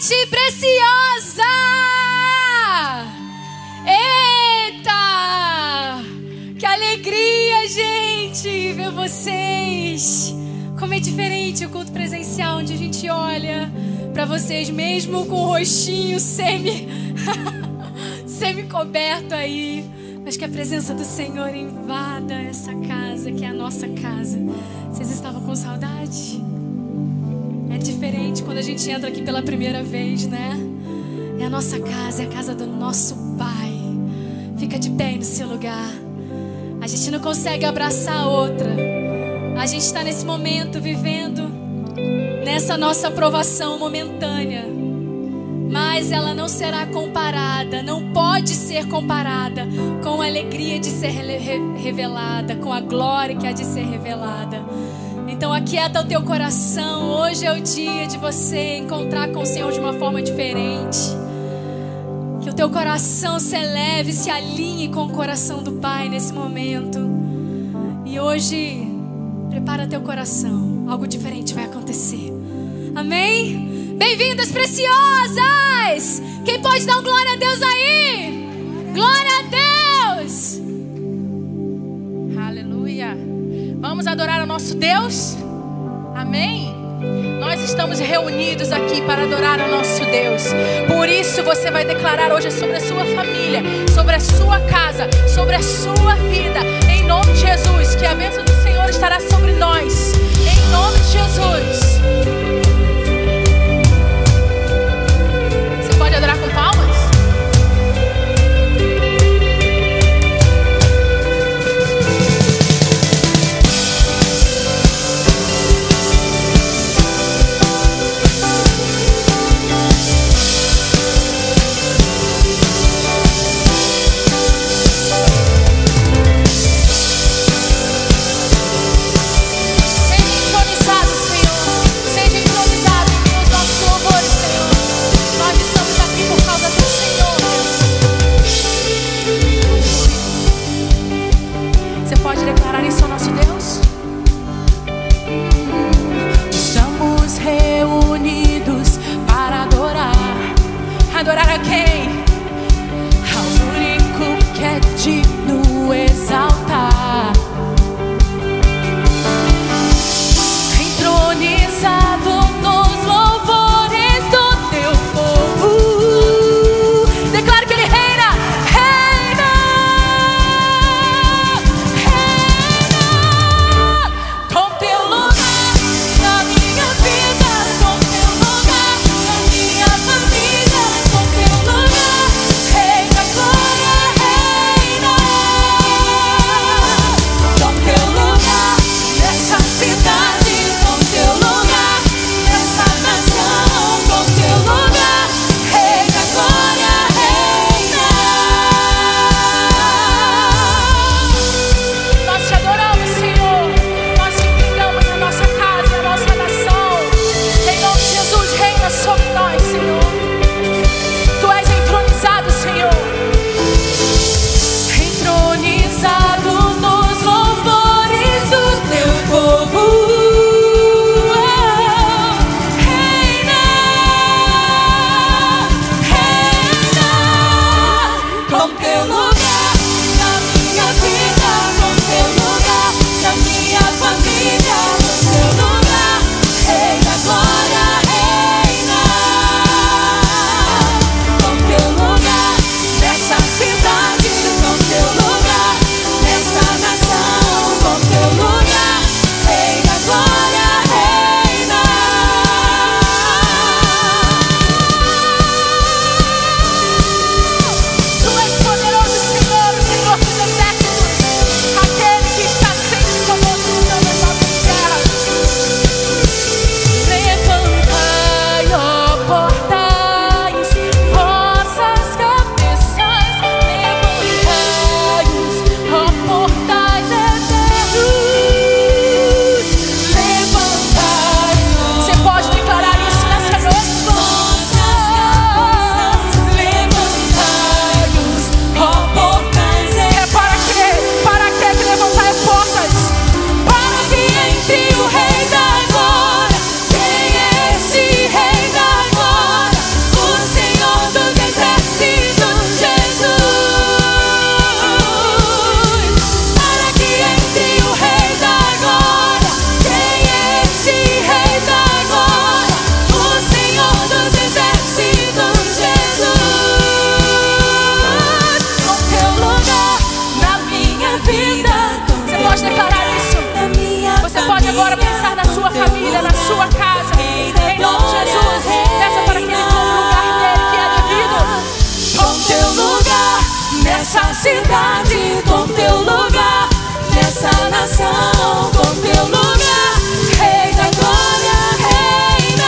preciosa. Eita! Que alegria, gente, ver vocês. Como é diferente o culto presencial, onde a gente olha para vocês mesmo com o rostinho semi-coberto aí. Mas que a presença do Senhor invada essa casa, que é a nossa casa. Vocês estavam com saudade? É diferente quando a gente entra aqui pela primeira vez, né? É a nossa casa, é a casa do nosso Pai. Fica de pé aí no seu lugar. A gente não consegue abraçar a outra. A gente está nesse momento vivendo nessa nossa aprovação momentânea. Mas ela não será comparada, não pode ser comparada com a alegria de ser revelada, com a glória que há de ser revelada. Então aquieta o teu coração. Hoje é o dia de você encontrar com o Senhor de uma forma diferente. Que o teu coração se eleve, se alinhe com o coração do Pai nesse momento. E hoje, prepara teu coração. Algo diferente vai acontecer. Amém? Bem-vindas, preciosas! Quem pode dar um glória a Deus aí? Glória a Deus! Aleluia! Vamos adorar o nosso Deus? Amém? Nós estamos reunidos aqui para adorar ao nosso Deus. Por isso você vai declarar hoje sobre a sua família, sobre a sua casa, sobre a sua vida. Em nome de Jesus, que a bênção do Senhor estará sobre nós. Em nome de Jesus. Você pode adorar com palmas? Seja nessa cidade, com teu lugar, nessa nação, com teu lugar, Rei da glória, reina.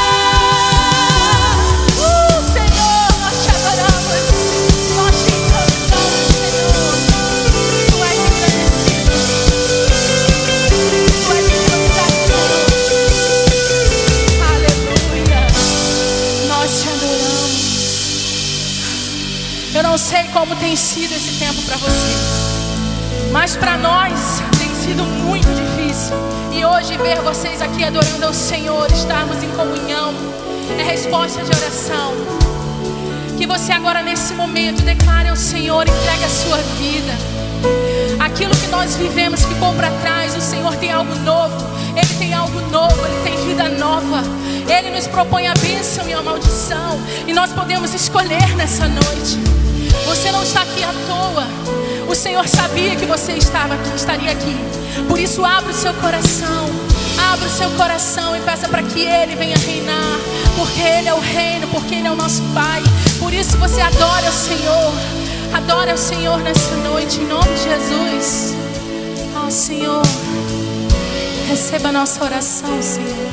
Senhor, nós te adoramos, nós te exaltamos, Senhor. Tu és engrandecido, tu és engrandecido. Aleluia, nós te adoramos. Eu não sei como tem sido esse tempo para você, mas para nós tem sido muito difícil. E hoje ver vocês aqui adorando ao Senhor, estarmos em comunhão, é resposta de oração. Que você agora nesse momento declare ao Senhor, entregue a sua vida. Aquilo que nós vivemos ficou para trás. O Senhor tem algo novo. Ele tem algo novo, Ele tem vida nova. Ele nos propõe a bênção e a maldição, e nós podemos escolher nessa noite. Você não está aqui à toa. O Senhor sabia que você estaria aqui. Por isso abra o seu coração. Abra o seu coração e peça para que Ele venha reinar. Porque Ele é o reino, porque Ele é o nosso Pai. Por isso você adora ao Senhor. Adora ao Senhor nessa noite, em nome de Jesus. Ó Senhor, receba a nossa oração, Senhor.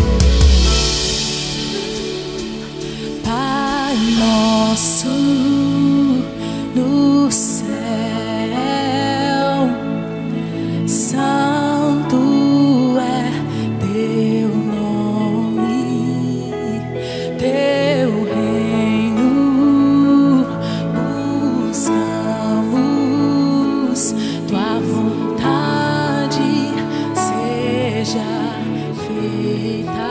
Pai nosso no céu, santo é teu nome, teu reino, buscamos tua vontade, seja feita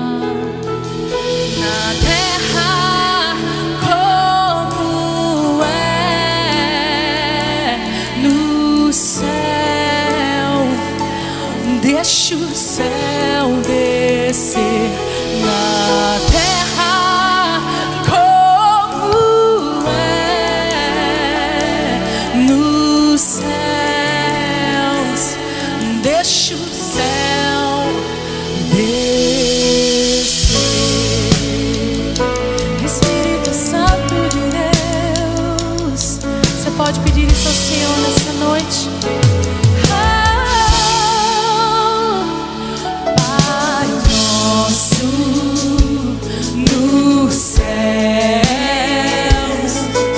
na terra como é no céu. Deixa o céu descer na terra como é nos céus. Deixa o céu descer. Espírito Santo de Deus, você pode pedir isso ao Senhor nessa noite. Pai nosso nos céus,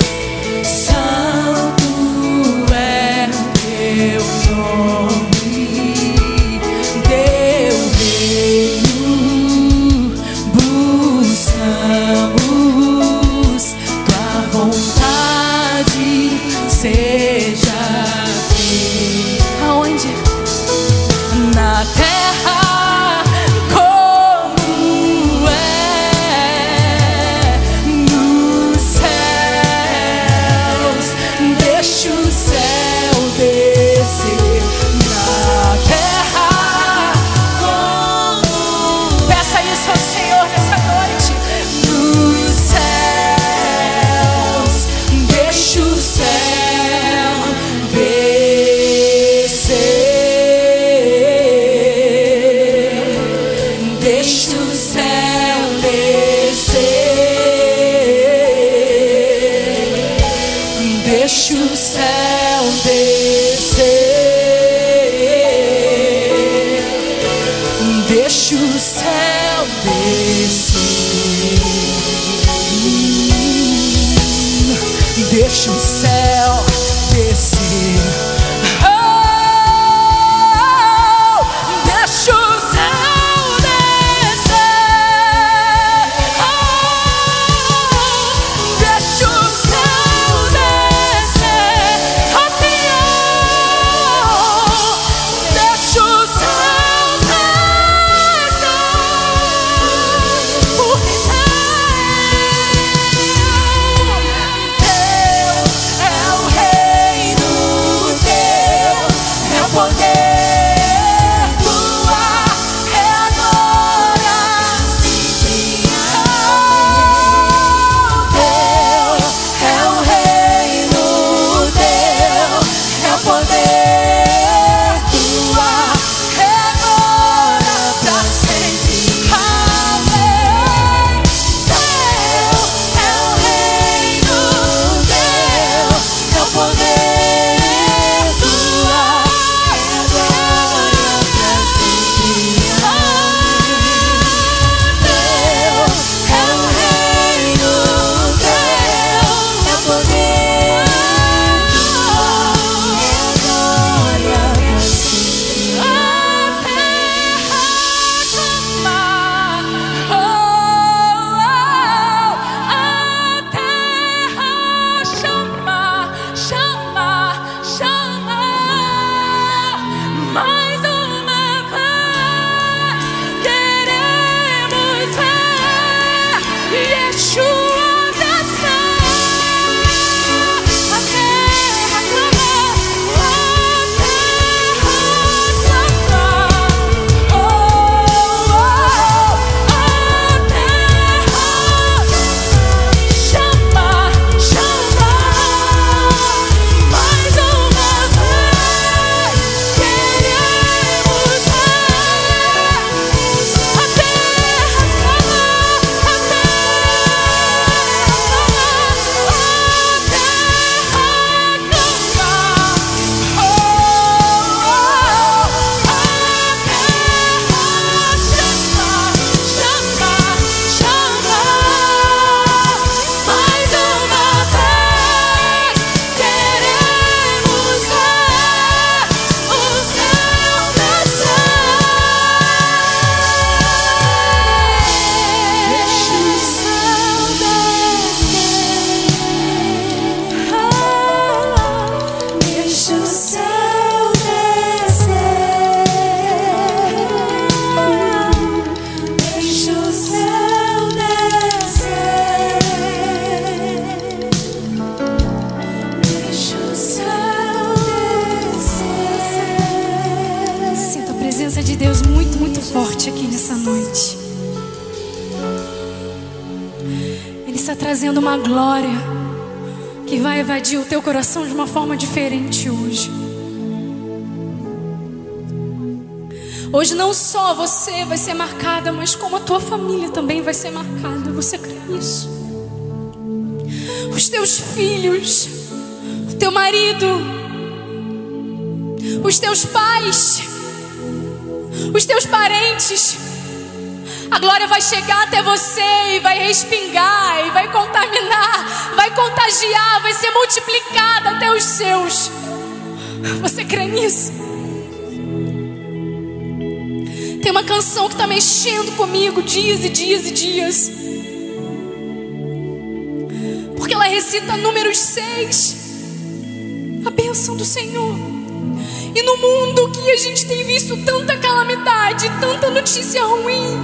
santo é teu nome, teu reino, buscamos tua vontade, seja feita. Aonde? Na terra como é nos céus. Deixa o céu descer na terra como Peça isso ao Senhor nessa noite. nos céus. Deixa o céu descer. Deixa o céu descer. Deixa o céu descer. Deixa o céu descer. Deixa o céu descer. Oh, deixa o céu descer. Oh, deixa o céu descer. Oh, Senhor, nessa noite. Ele está trazendo uma glória que vai invadir o teu coração de uma forma diferente hoje. Hoje não só você vai ser marcada, mas como a tua família também vai ser marcada. Você crê nisso? Os teus filhos, o teu marido, os teus pais, os teus parentes. A glória vai chegar até você e vai respingar, e vai contaminar, vai contagiar, vai ser multiplicada até os seus. Você crê nisso? Tem uma canção que está mexendo comigo dias e dias e dias, porque ela recita Números 6, a bênção do Senhor. E no mundo que a gente tem visto tanta calamidade, tanta notícia ruim,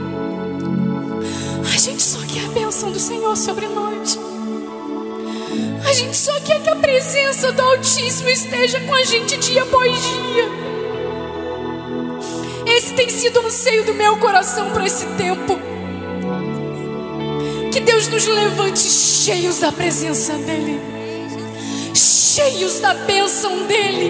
a gente só quer a bênção do Senhor sobre nós. A gente só quer que a presença do Altíssimo esteja com a gente dia após dia. Esse tem sido o anseio do meu coração para esse tempo. Que Deus nos levante cheios da presença dEle, cheios da bênção dEle.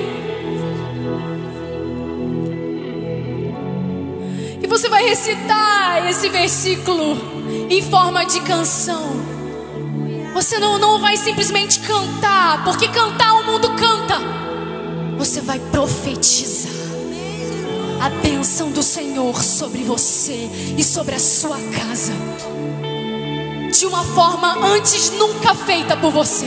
E você vai recitar esse versículo em forma de canção. Você não vai simplesmente cantar, porque cantar o mundo canta. Você vai profetizar a bênção do Senhor sobre você e sobre a sua casa, de uma forma antes nunca feita por você.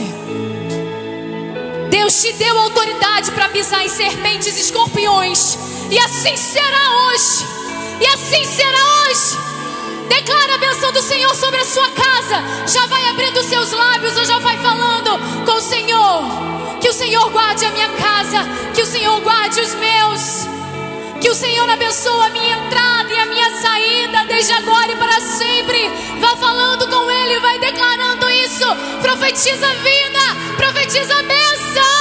Deus te deu autoridade para pisar em serpentes e escorpiões, e assim será hoje. E assim será hoje. Declara a bênção do Senhor sobre a sua casa. Já vai abrindo os seus lábios, ou já vai falando com o Senhor. Que o Senhor guarde a minha casa, que o Senhor guarde os meus, que o Senhor abençoe a minha entrada e a minha saída, desde agora e para sempre. Vá falando com Ele, vai declarando isso. Profetiza a vida, profetiza a bênção.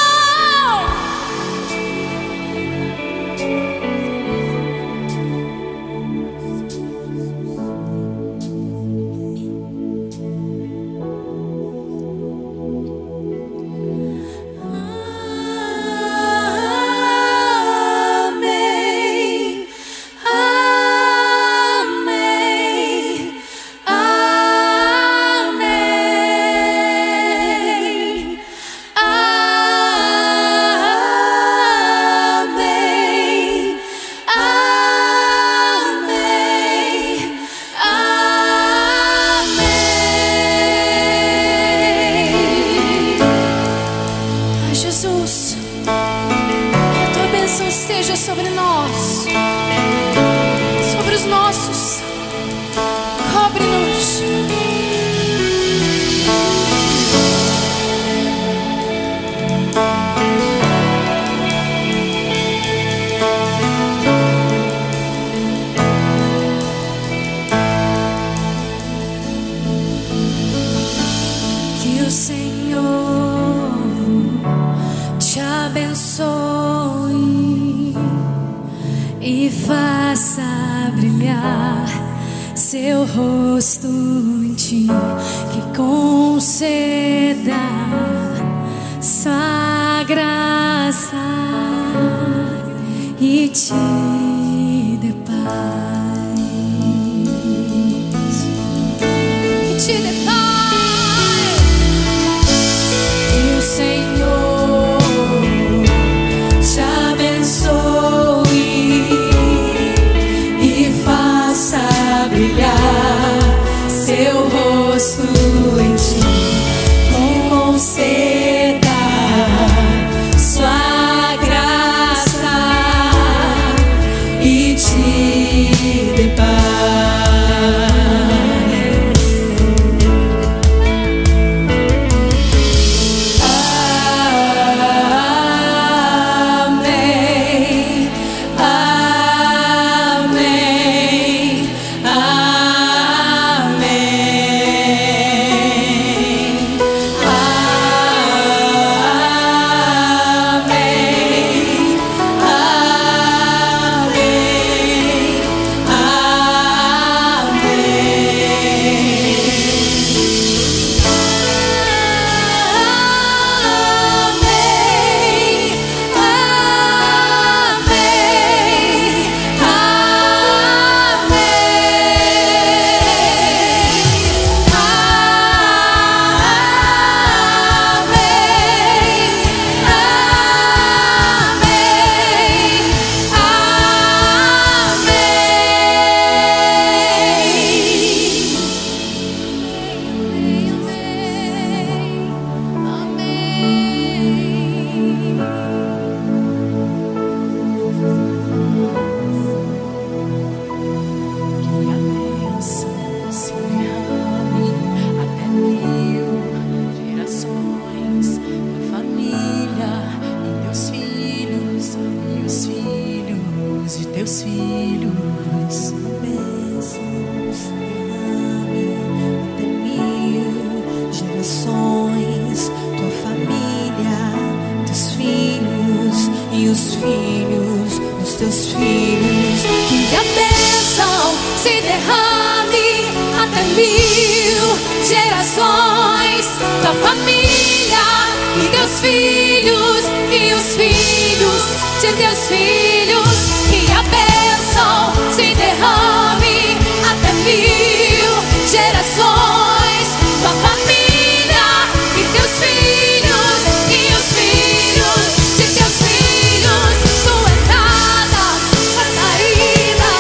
Seu rosto em ti, que conceda sua graça e te dê paz, e te dê paz. Que o Senhor te abençoe e faça brilhar seu rosto em ti, conceda sua graça os filhos dos teus filhos. Que a bênção se derrame até 1000 gerações. Tua família e teus filhos e os filhos de teus filhos. Que a bênção se derrame até 1000 gerações. Tua família e teus filhos e os filhos de teus filhos. Tua entrada, tua saída,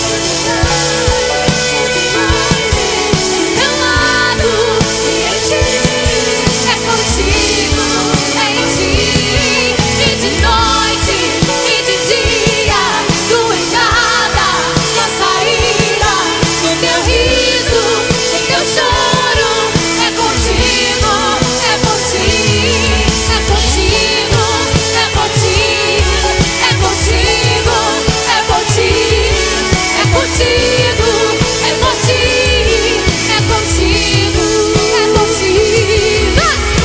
teu lado e em ti. É contigo, é em ti. E de noite e de dia. Tua entrada, tua saída, no teu riso, em teu choro. É contigo, é contigo, é contigo, é contigo, é contigo, é contigo, é contigo, é contigo, é contigo, é contigo.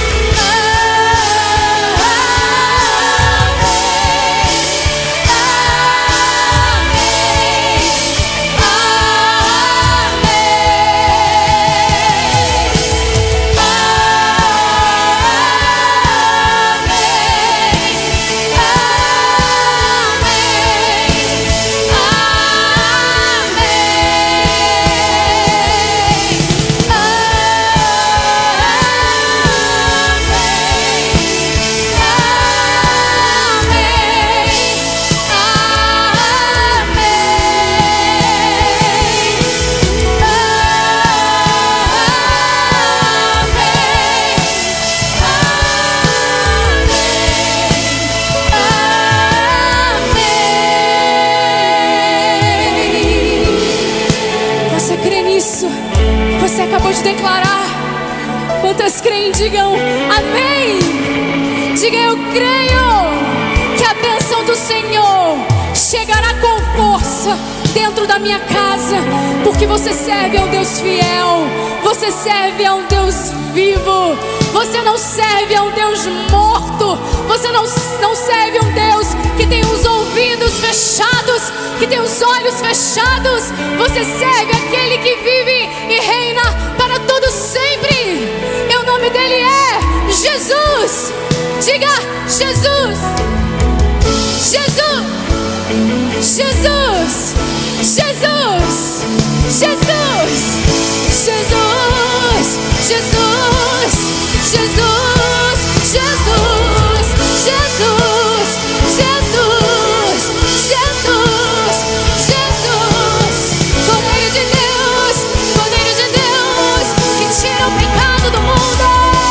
Você crê nisso? Você acabou de declarar. Quantas creem, digam amém. Diga eu creio que a bênção do Senhor chegará com força dentro da minha casa, porque você serve a um Deus fiel. Você serve a um Deus vivo. Você não serve a um Deus morto. Você não serve a um Deus que tem os ouvidos fechados, que tem os olhos fechados. Você serve aquele que vive e reina para todo sempre. E o nome dele é Jesus. Diga Jesus. Jesus. Jesus. Jesus. Jesus. Jesus. Jesus. Jesus. Jesus. Jesus. Jesus. Jesus. Jesus. Cordeiro de Deus, Cordeiro de Deus, que tira o pecado do mundo.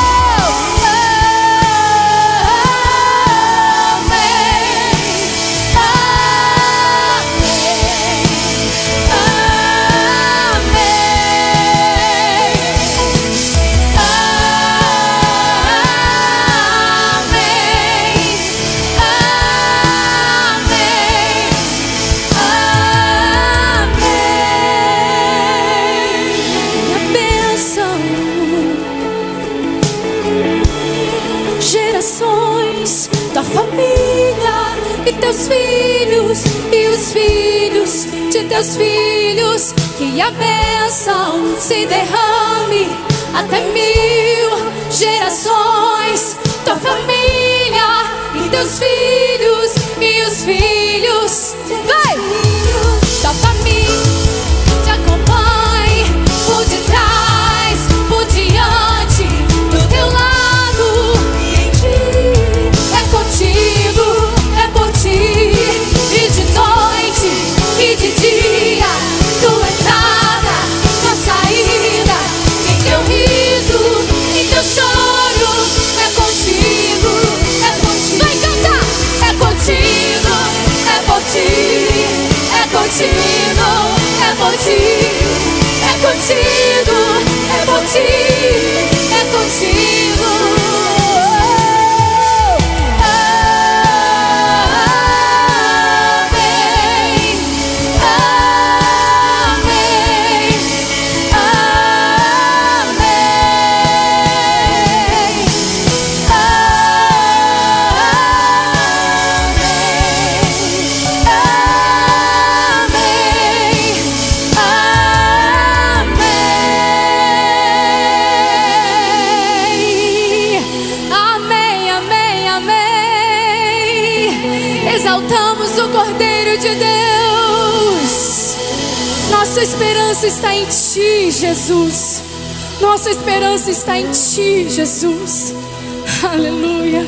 Gerações, tua família e teus filhos e os filhos de teus filhos. Que a bênção se derrame até 1000 gerações. Tua família e teus filhos e os filhos. Vai! Tua família te acompanhe por detrás, por diante, do teu lado. É por ti, e de noite e de dia. Tua entrada, tua saída, em teu riso, em teu choro. É contigo, é contigo. Exaltamos o Cordeiro de Deus. Nossa esperança está em Ti, Jesus. Nossa esperança está em Ti, Jesus. Aleluia.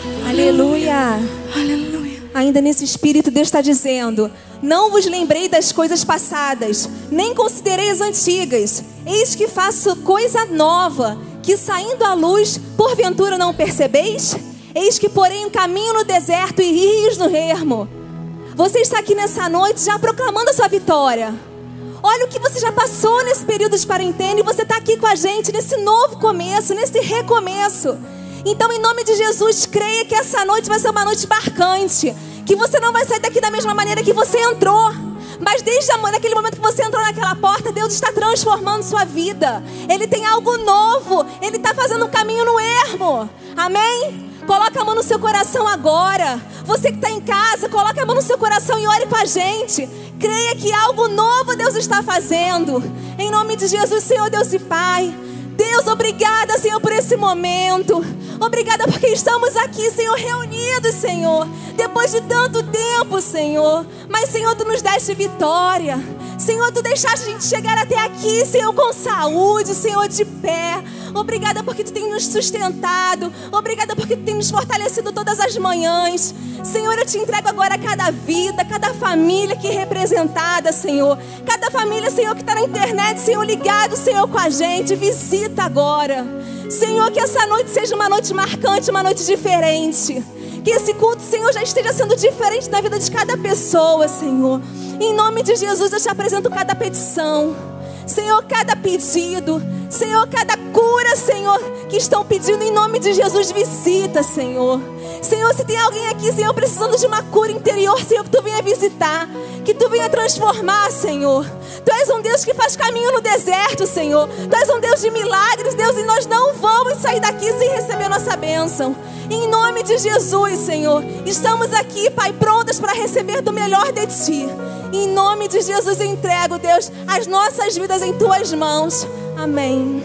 Aleluia. Aleluia. Ainda nesse espírito, Deus está dizendo: não vos lembrei das coisas passadas, nem considerei as antigas. Eis que faço coisa nova, que saindo à luz, porventura não percebeis? Eis que porém um caminho no deserto e rios no ermo. Você está aqui nessa noite já proclamando a sua vitória. Olha o que você já passou nesse período de quarentena e você está aqui com a gente nesse novo começo, nesse recomeço. Então, em nome de Jesus, creia que essa noite vai ser uma noite marcante. Que você não vai sair daqui da mesma maneira que você entrou. Mas desde naquele momento que você entrou naquela porta, Deus está transformando sua vida. Ele tem algo novo. Ele está fazendo um caminho no ermo. Amém? Coloca a mão no seu coração agora. Você que está em casa, coloca a mão no seu coração e ore com a gente. Creia que algo novo Deus está fazendo. Em nome de Jesus, Senhor Deus e Pai. Deus, obrigada, Senhor, por esse momento. Obrigada porque estamos aqui, Senhor, reunidos, Senhor. Depois de tanto tempo, Senhor. Mas, Senhor, Tu nos deste vitória. Senhor, Tu deixaste a gente chegar até aqui, Senhor, com saúde, Senhor, de pé. Obrigada porque Tu tem nos sustentado. Obrigada porque Tu tem nos fortalecido todas as manhãs. Senhor, eu Te entrego agora cada vida, cada família aqui representada, Senhor. Cada família, Senhor, que está na internet, Senhor, ligado, Senhor, com a gente. Visita agora. Senhor, que essa noite seja uma noite marcante, uma noite diferente. Que esse culto, Senhor, já esteja sendo diferente na vida de cada pessoa, Senhor. Em nome de Jesus, eu Te apresento cada petição. Senhor, cada pedido. Senhor, cada cura, Senhor, que estão pedindo, em nome de Jesus, visita, Senhor. Senhor, se tem alguém aqui, Senhor, precisando de uma cura interior, Senhor, que Tu venha visitar, que Tu venha transformar, Senhor. Tu és um Deus que faz caminho no deserto, Senhor. Tu és um Deus de milagres, Deus, e nós não vamos sair daqui sem receber nossa bênção. Em nome de Jesus, Senhor, estamos aqui, Pai, prontas para receber do melhor de Ti. Em nome de Jesus, eu entrego, Deus, as nossas vidas em Tuas mãos. Amém.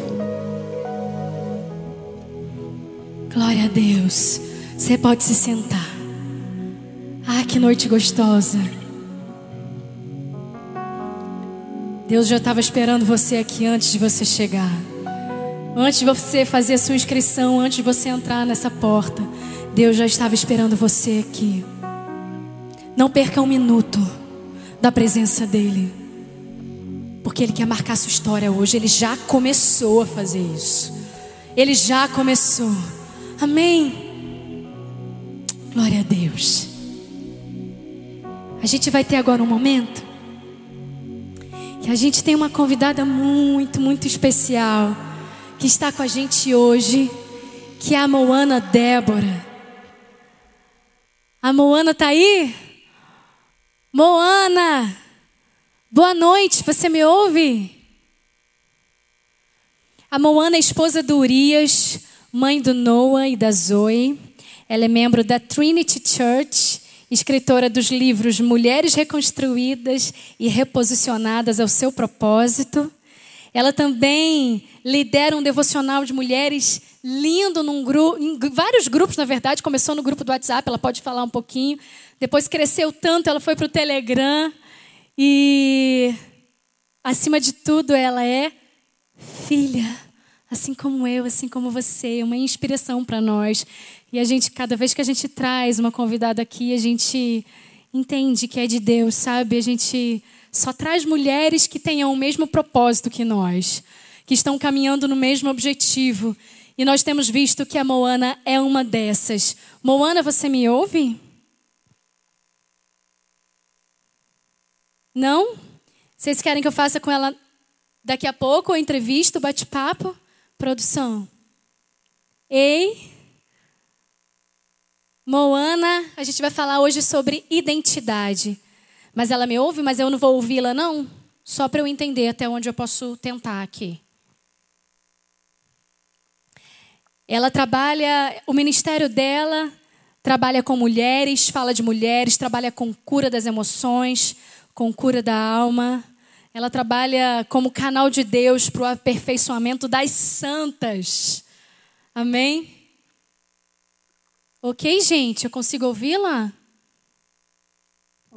Glória a Deus. Você pode se sentar. Ah, que noite gostosa. Deus já estava esperando você aqui antes de você chegar. Antes de você fazer a sua inscrição, antes de você entrar nessa porta, Deus já estava esperando você aqui. Não perca um minuto da presença dEle, porque Ele quer marcar sua história hoje. Ele já começou a fazer isso. Ele já começou. Amém? Glória a Deus. A gente vai ter agora um momento que a gente tem uma convidada muito, muito especial que está com a gente hoje, que é a Moana Débora. A Moana está aí? Moana, boa noite, você me ouve? A Moana é esposa do Urias, mãe do Noah e da Zoe. Ela é membro da Trinity Church, escritora dos livros Mulheres Reconstruídas e Reposicionadas ao Seu Propósito. Ela também lidera um devocional de mulheres lindo em vários grupos, na verdade. Começou no grupo do WhatsApp, ela pode falar um pouquinho. Depois cresceu tanto, ela foi para o Telegram. E, acima de tudo, ela é filha, assim como eu, assim como você, uma inspiração para nós. E a gente, cada vez que a gente traz uma convidada aqui, a gente entende que é de Deus, sabe? A gente só traz mulheres que tenham o mesmo propósito que nós, que estão caminhando no mesmo objetivo. E nós temos visto que a Moana é uma dessas. Moana, você me ouve? Não? Vocês querem que eu faça com ela daqui a pouco a entrevista, o bate-papo? Produção. Ei. Moana, a gente vai falar hoje sobre identidade. Mas ela me ouve, mas eu não vou ouvi-la, não? Só para eu entender até onde eu posso tentar aqui. Ela trabalha, o ministério dela trabalha com mulheres, fala de mulheres, trabalha com cura das emoções, com cura da alma. Ela trabalha como canal de Deus para o aperfeiçoamento das santas. Amém? Ok, gente? Eu consigo ouvi-la?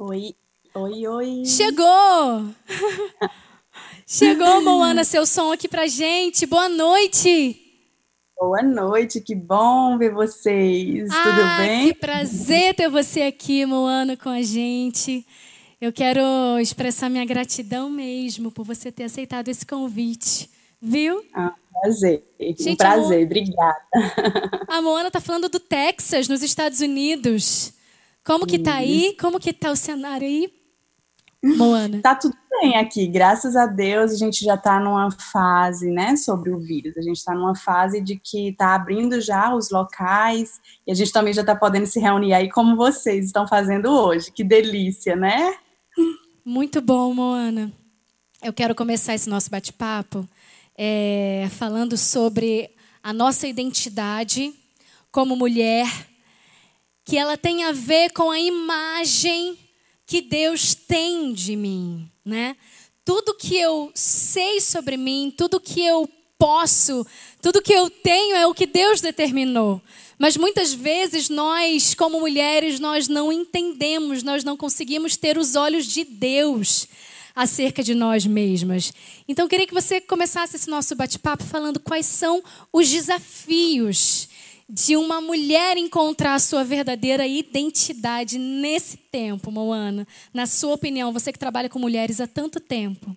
Oi, oi, oi. Chegou! Chegou, Moana, seu som aqui pra gente. Boa noite! Boa noite, que bom ver vocês. Tudo bem? Que prazer ter você aqui, Moana, com a gente. Eu quero expressar minha gratidão mesmo por você ter aceitado esse convite, viu? Prazer, Gente, um prazer, obrigada. A Moana tá falando do Texas, nos Estados Unidos. Como que tá aí? Como que tá o cenário aí, Moana? Tá tudo bem aqui, graças a Deus. A gente já tá numa fase, né, sobre o vírus. A gente tá numa fase de que tá abrindo já os locais e a gente também já tá podendo se reunir aí como vocês estão fazendo hoje. Que delícia, né? Muito bom, Moana. Eu quero começar esse nosso bate-papo falando sobre a nossa identidade como mulher, que ela tem a ver com a imagem que Deus tem de mim, né? Tudo que eu sei sobre mim, tudo que eu posso, tudo que eu tenho é o que Deus determinou. Mas muitas vezes nós, como mulheres, nós não entendemos, nós não conseguimos ter os olhos de Deus acerca de nós mesmas. Então, eu queria que você começasse esse nosso bate-papo falando quais são os desafios de uma mulher encontrar a sua verdadeira identidade nesse tempo, Moana. Na sua opinião, você que trabalha com mulheres há tanto tempo.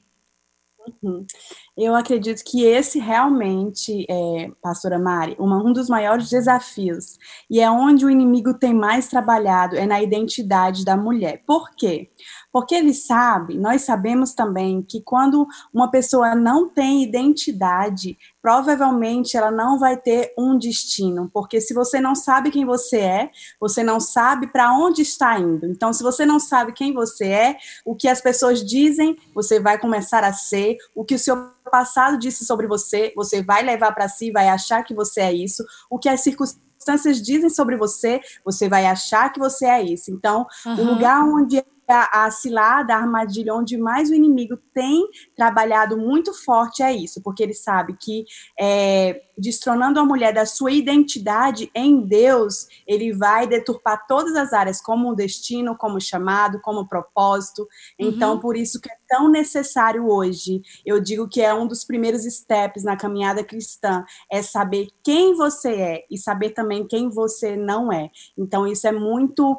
Eu acredito que esse realmente é, pastora Mari, um dos maiores desafios, e é onde o inimigo tem mais trabalhado, é na identidade da mulher. Por quê? Porque ele sabe, nós sabemos também que quando uma pessoa não tem identidade, provavelmente ela não vai ter um destino, porque se você não sabe quem você não sabe para onde está indo. Então, se você não sabe quem você é, o que as pessoas dizem, você vai começar a ser, o que o seu passado disse sobre você, você vai levar para si, vai achar que você é isso, o que as circunstâncias dizem sobre você, você vai achar que você é isso. Então, o lugar onde a cilada, a armadilha, onde mais o inimigo tem trabalhado muito forte é isso, porque ele sabe que destronando a mulher da sua identidade em Deus, ele vai deturpar todas as áreas, como o destino, como o chamado, como o propósito. Então, por isso que é tão necessário hoje, eu digo que é um dos primeiros steps na caminhada cristã, é saber quem você é e saber também quem você não é. Então, isso é muito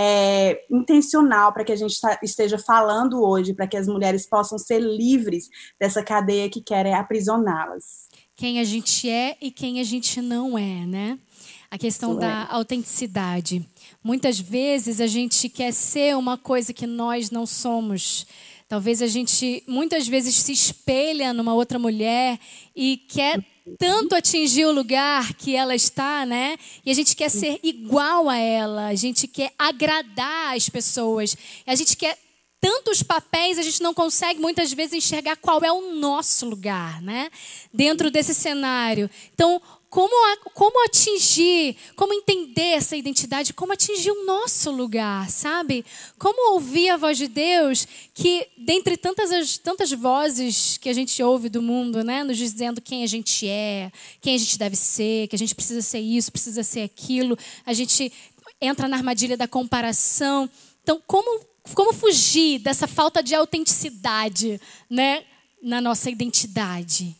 intencional para que a gente esteja falando hoje, para que as mulheres possam ser livres dessa cadeia que quer aprisioná-las. Quem a gente é e quem a gente não é, né? A questão da autenticidade. Muitas vezes a gente quer ser uma coisa que nós não somos. Talvez a gente, muitas vezes, se espelha numa outra mulher e quer tanto atingir o lugar que ela está, né? E a gente quer ser igual a ela, a gente quer agradar as pessoas, a gente quer tantos papéis, a gente não consegue muitas vezes enxergar qual é o nosso lugar, né? Dentro desse cenário. Então, como atingir, como entender essa identidade, como atingir o nosso lugar, sabe? Como ouvir a voz de Deus, que dentre tantas vozes que a gente ouve do mundo, né, nos dizendo quem a gente é, quem a gente deve ser, que a gente precisa ser isso, precisa ser aquilo, a gente entra na armadilha da comparação. Então, como fugir dessa falta de autenticidade, né, na nossa identidade?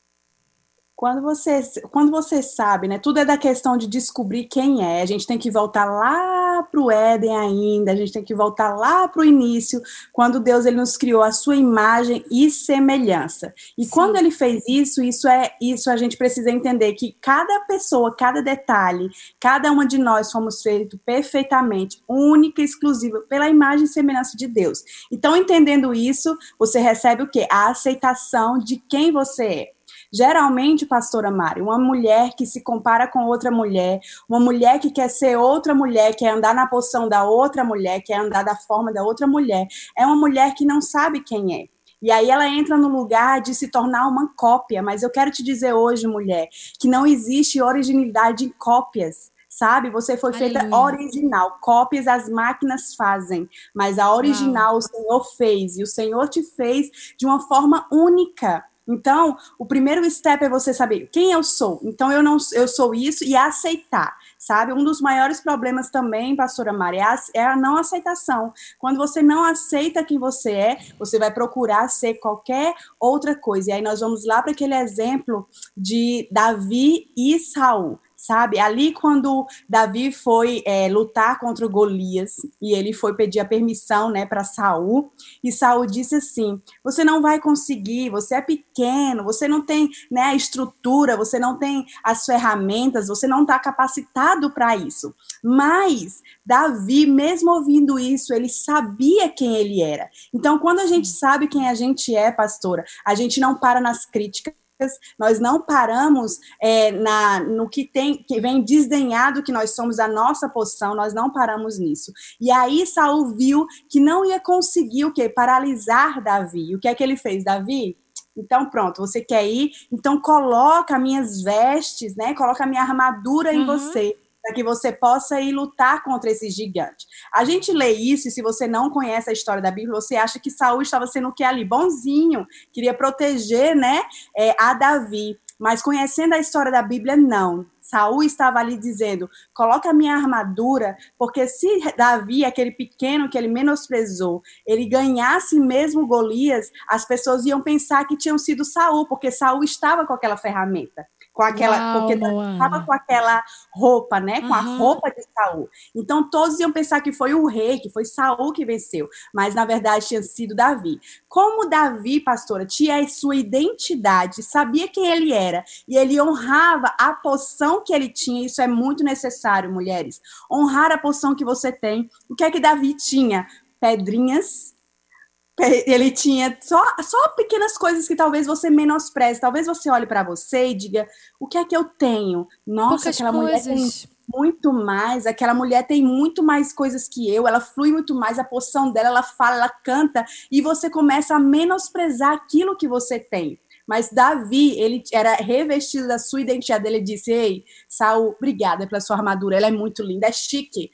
Quando você sabe, né? Tudo é da questão de descobrir quem é. A gente tem que voltar lá para o Éden ainda, a gente tem que voltar lá para o início, quando Deus ele nos criou a sua imagem e semelhança. E Sim. Quando ele fez isso a gente precisa entender que cada pessoa, cada detalhe, cada uma de nós fomos feitos perfeitamente, única e exclusiva, pela imagem e semelhança de Deus. Então, entendendo isso, você recebe o quê? A aceitação de quem você é. Geralmente, pastora Mari, uma mulher que se compara com outra mulher, uma mulher que quer ser outra mulher, quer andar na posição da outra mulher, quer andar da forma da outra mulher, é uma mulher que não sabe quem é. E aí ela entra no lugar de se tornar uma cópia. Mas eu quero te dizer hoje, mulher, que não existe originalidade em cópias. Sabe? Você foi feita original. Cópias as máquinas fazem, mas a original o Senhor fez. E o Senhor te fez de uma forma única. Então, o primeiro step é você saber quem eu sou. Então, eu sou isso e aceitar, sabe? Um dos maiores problemas também, pastora Mari, é a não aceitação. Quando você não aceita quem você é, você vai procurar ser qualquer outra coisa. E aí nós vamos lá para aquele exemplo de Davi e Saul. Sabe, ali quando Davi foi lutar contra o Golias, e ele foi pedir a permissão, né, para Saul, e Saul disse assim: você não vai conseguir, você é pequeno, você não tem, né, a estrutura, você não tem as ferramentas, você não está capacitado para isso. Mas Davi, mesmo ouvindo isso, ele sabia quem ele era. Então, quando a gente sabe quem a gente é, pastora, a gente não para nas críticas, nós não paramos no que vem desdenhado que nós somos a nossa posição, nós não paramos nisso. E aí Saul viu que não ia conseguir o quê? Paralisar Davi. O que é que ele fez? Davi, então pronto, você quer ir? Então coloca minhas vestes, né? Coloca a minha armadura em você, para que você possa ir lutar contra esse gigante. A gente lê isso, e se você não conhece a história da Bíblia, você acha que Saul estava sendo o que ali? Bonzinho, queria proteger, né, a Davi. Mas conhecendo a história da Bíblia, não. Saul estava ali dizendo: coloca a minha armadura, porque se Davi, aquele pequeno que ele menosprezou, ele ganhasse mesmo Golias, as pessoas iam pensar que tinham sido Saul, porque Saul estava com aquela ferramenta. Porque estava com aquela roupa, né? Com a roupa de Saul. Então, todos iam pensar que foi o rei, que foi Saul que venceu. Mas, na verdade, tinha sido Davi. Como Davi, pastora, tinha a sua identidade, sabia quem ele era, e ele honrava a posição que ele tinha, isso é muito necessário, mulheres. Honrar a posição que você tem. O que é que Davi tinha? Pedrinhas. Ele tinha só pequenas coisas que talvez você menospreze. Talvez você olhe para você e diga: o que é que eu tenho? Nossa, aquela mulher tem muito mais. Aquela mulher tem muito mais coisas que eu. Ela flui muito mais. A posição dela, ela fala, ela canta. E você começa a menosprezar aquilo que você tem. Mas Davi, ele era revestido da sua identidade. Ele disse: ei, Saul, obrigada pela sua armadura. Ela é muito linda, é chique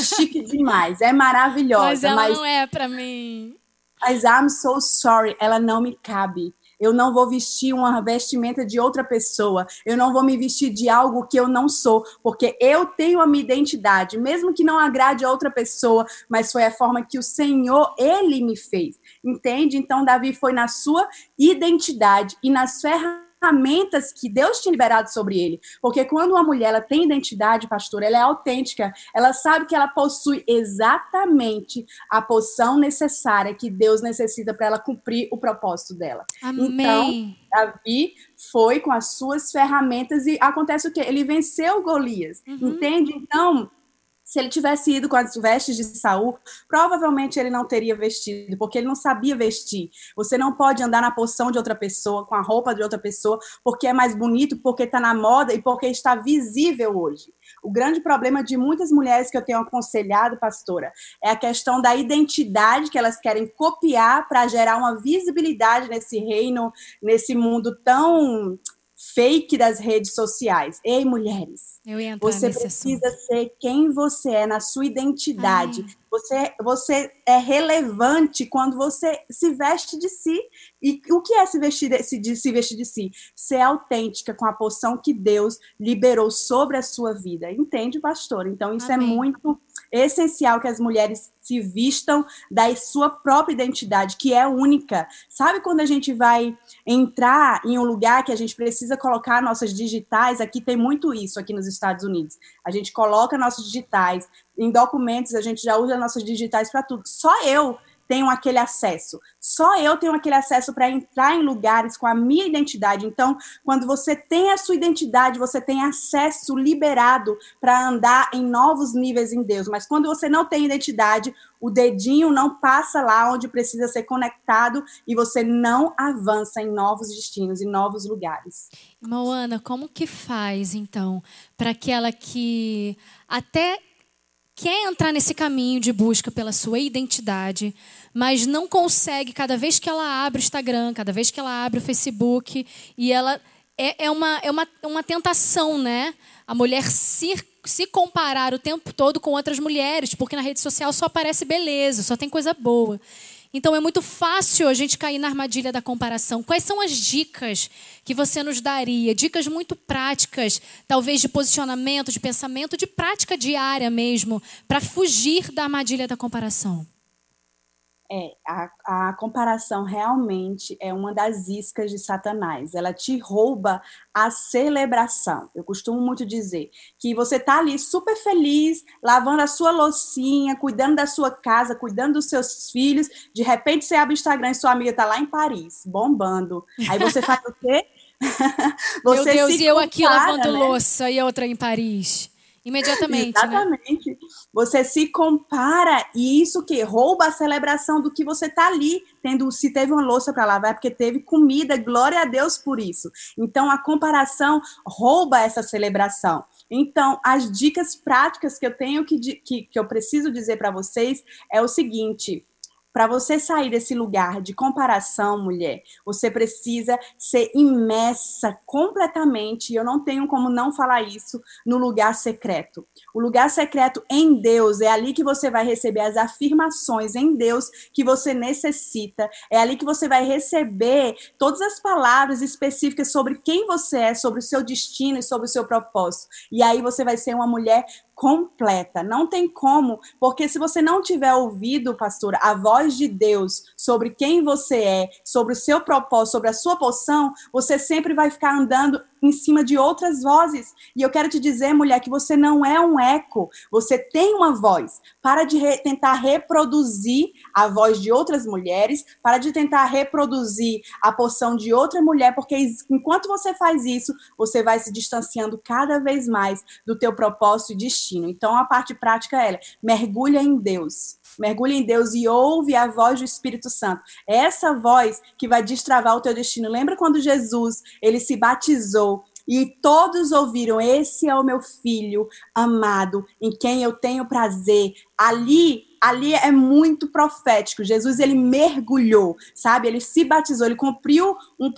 demais, é maravilhosa. Mas ela não é para mim. Mas I'm so sorry, ela não me cabe. Eu não vou vestir uma vestimenta de outra pessoa. Eu não vou me vestir de algo que eu não sou, porque eu tenho a minha identidade, mesmo que não agrade a outra pessoa, mas foi a forma que o Senhor, Ele me fez. Entende? Então, Davi foi na sua identidade e nas ferramentas que Deus tinha liberado sobre ele. Porque quando uma mulher ela tem identidade, pastora, ela é autêntica, ela sabe que ela possui exatamente a posição necessária que Deus necessita para ela cumprir o propósito dela. Amém. Então, Davi foi com as suas ferramentas e acontece o quê? Ele venceu Golias. Entende? Então, se ele tivesse ido com as vestes de Saul, provavelmente ele não teria vestido, porque ele não sabia vestir. Você não pode andar na posição de outra pessoa, com a roupa de outra pessoa, porque é mais bonito, porque está na moda e porque está visível hoje. O grande problema de muitas mulheres que eu tenho aconselhado, pastora, é a questão da identidade que elas querem copiar para gerar uma visibilidade nesse reino, nesse mundo tão fake das redes sociais. Ei, mulheres, você precisa ser quem você é na sua identidade. Você é relevante quando você se veste de si. E o que é se vestir de si? Ser autêntica com a posição que Deus liberou sobre a sua vida. Entende, pastor? Então, isso é muito essencial, que as mulheres se vistam da sua própria identidade, que é única. Sabe quando a gente vai entrar em um lugar que a gente precisa colocar nossas digitais? Aqui tem muito isso, aqui nos Estados Unidos. A gente coloca nossas digitais. Em documentos, a gente já usa nossas digitais para tudo. Só eu tenho aquele acesso. Só eu tenho aquele acesso para entrar em lugares com a minha identidade. Então, quando você tem a sua identidade, você tem acesso liberado para andar em novos níveis em Deus. Mas quando você não tem identidade, o dedinho não passa lá onde precisa ser conectado e você não avança em novos destinos, em novos lugares. Irmã Ana, como que faz, então, para aquela que até quer entrar nesse caminho de busca pela sua identidade, mas não consegue, cada vez que ela abre o Instagram, cada vez que ela abre o Facebook, e ela é uma tentação, né? A mulher se comparar o tempo todo com outras mulheres, porque na rede social só aparece beleza, só tem coisa boa. Então é muito fácil a gente cair na armadilha da comparação. Quais são as dicas que você nos daria? Dicas muito práticas, talvez de posicionamento, de pensamento, de prática diária mesmo, para fugir da armadilha da comparação. A comparação realmente é uma das iscas de Satanás. Ela te rouba a celebração. Eu costumo muito dizer que você tá ali super feliz, lavando a sua loucinha, cuidando da sua casa, cuidando dos seus filhos. De repente você abre o Instagram e sua amiga tá lá em Paris, bombando. Aí você faz o quê? Meu Deus, e eu aqui lavando né? louça e a outra em Paris. Imediatamente, Exatamente. Né? Você se compara e isso que rouba a celebração do que você tá ali tendo. Se teve uma louça para lavar é porque teve comida, glória a Deus por isso. Então a comparação rouba essa celebração. Então as dicas práticas que eu tenho que eu preciso dizer para vocês é o seguinte: para você sair desse lugar de comparação, mulher, você precisa ser imersa completamente, e eu não tenho como não falar isso, no lugar secreto. O lugar secreto em Deus, é ali que você vai receber as afirmações em Deus que você necessita, é ali que você vai receber todas as palavras específicas sobre quem você é, sobre o seu destino e sobre o seu propósito. E aí você vai ser uma mulher completa, não tem como, porque se você não tiver ouvido, pastora, a voz de Deus sobre quem você é, sobre o seu propósito, sobre a sua porção, você sempre vai ficar andando em cima de outras vozes. E eu quero te dizer, mulher, que você não é um eco, você tem uma voz. Para de tentar reproduzir a voz de outras mulheres, para de tentar reproduzir a porção de outra mulher, porque enquanto você faz isso, você vai se distanciando cada vez mais do teu propósito e destino. Então, a parte prática é, mergulha em Deus. Mergulha em Deus e ouve a voz do Espírito Santo. É essa voz que vai destravar o teu destino. Lembra quando Jesus, ele se batizou e todos ouviram: esse é o meu filho amado, em quem eu tenho prazer. Ali é muito profético. Jesus, ele mergulhou, sabe? Ele se batizou, ele cumpriu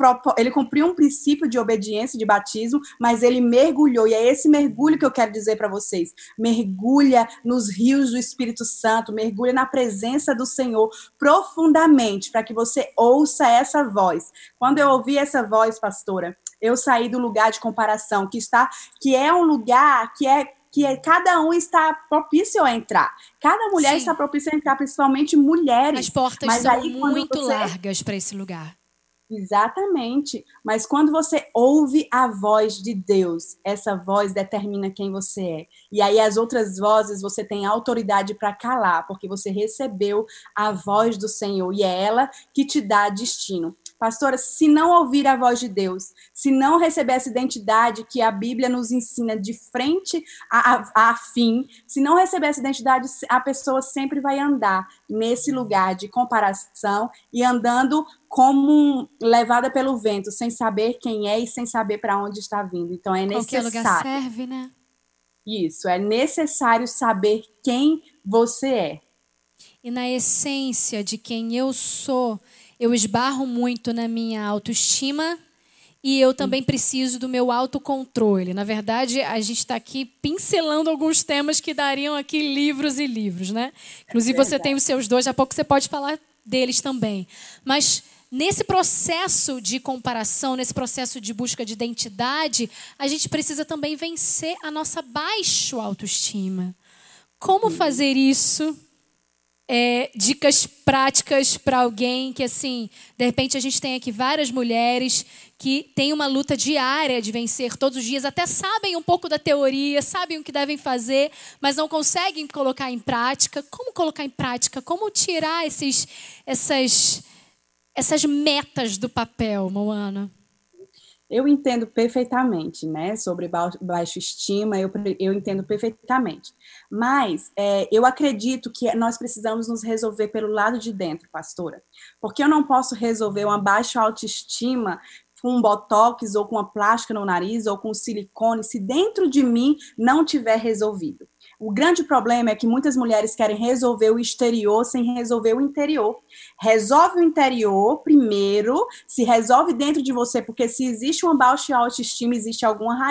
um princípio de obediência, de batismo, mas ele mergulhou. E é esse mergulho que eu quero dizer para vocês. Mergulha nos rios do Espírito Santo, mergulha na presença do Senhor profundamente, para que você ouça essa voz. Quando eu ouvi essa voz, pastora, eu saí do lugar de comparação, que é um lugar que cada um está propício a entrar. Cada mulher Sim. está propícia a entrar, principalmente mulheres. As portas são muito largas para esse lugar. Exatamente. Mas quando você ouve a voz de Deus, essa voz determina quem você é. E aí as outras vozes você tem autoridade para calar, porque você recebeu a voz do Senhor e é ela que te dá destino. Pastora, se não ouvir a voz de Deus, se não receber essa identidade que a Bíblia nos ensina de frente a fim, se não receber essa identidade, a pessoa sempre vai andar nesse lugar de comparação e andando como levada pelo vento, sem saber quem é e sem saber para onde está vindo. Então é necessário. Qualquer lugar serve, né? Isso, é necessário saber quem você é. E na essência de quem eu sou, eu esbarro muito na minha autoestima e eu também preciso do meu autocontrole. Na verdade, a gente está aqui pincelando alguns temas que dariam aqui livros e livros, né? Inclusive, você tem os seus dois, daqui a pouco você pode falar deles também. Mas nesse processo de comparação, nesse processo de busca de identidade, a gente precisa também vencer a nossa baixa autoestima. Como fazer isso? Dicas práticas para alguém que, assim, de repente a gente tem aqui várias mulheres que têm uma luta diária de vencer todos os dias, até sabem um pouco da teoria, sabem o que devem fazer, mas não conseguem colocar em prática. Como colocar em prática? Como tirar essas metas do papel, Moana? Eu entendo perfeitamente, né, sobre baixa estima, eu entendo perfeitamente. Mas eu acredito que nós precisamos nos resolver pelo lado de dentro, pastora. Porque eu não posso resolver uma baixa autoestima com um botox ou com uma plástica no nariz ou com silicone se dentro de mim não tiver resolvido. O grande problema é que muitas mulheres querem resolver o exterior sem resolver o interior. Resolve o interior primeiro, se resolve dentro de você, porque se existe uma baixa autoestima, existe alguma raiz.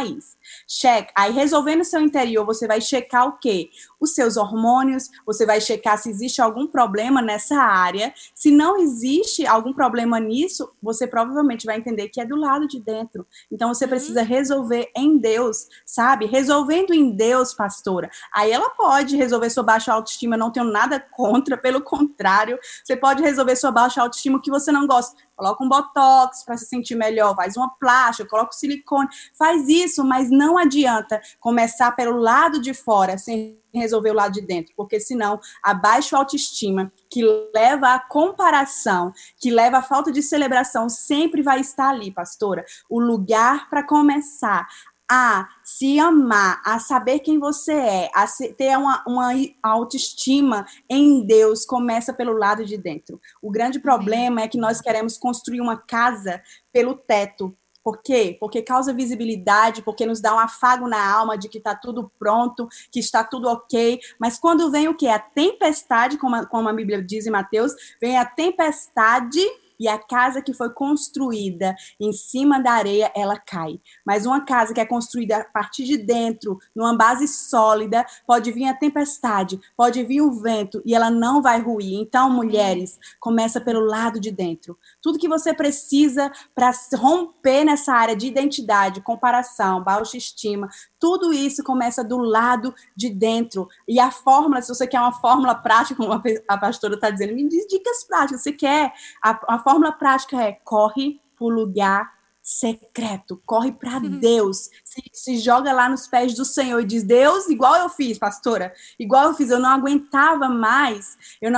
Checa. Aí, resolvendo o seu interior, você vai checar o quê? Os seus hormônios, você vai checar se existe algum problema nessa área. Se não existe algum problema nisso, você provavelmente vai entender que é do lado de dentro. Então, você precisa resolver em Deus, sabe? Resolvendo em Deus, pastora. Aí ela pode resolver sua baixa autoestima, não tenho nada contra, pelo contrário. Você pode resolver sua baixa autoestima que você não gosta. Coloca um botox para se sentir melhor, faz uma plástica, coloca o silicone, faz isso, mas não adianta começar pelo lado de fora sem resolver o lado de dentro, porque senão a baixa autoestima, que leva à comparação, que leva à falta de celebração, sempre vai estar ali, pastora. O lugar para começar a se amar, a saber quem você é, a ter uma autoestima em Deus, começa pelo lado de dentro. O grande problema é que nós queremos construir uma casa pelo teto. Por quê? Porque causa visibilidade, porque nos dá um afago na alma de que está tudo pronto, que está tudo ok. Mas quando vem o quê? A tempestade, como a Bíblia diz em Mateus, vem a tempestade e a casa que foi construída em cima da areia, ela cai. Mas uma casa que é construída a partir de dentro, numa base sólida, pode vir a tempestade, pode vir o vento e ela não vai ruir. Então, mulheres, começa pelo lado de dentro. Tudo que você precisa para romper nessa área de identidade, comparação, baixa estima, tudo isso começa do lado de dentro. E a fórmula, se você quer uma fórmula prática, como a pastora está dizendo, me diz dicas práticas. Você quer? A fórmula prática é: corre para o lugar secreto, corre para Deus, se joga lá nos pés do Senhor e diz: Deus, igual eu fiz, pastora, igual eu fiz, eu não aguentava mais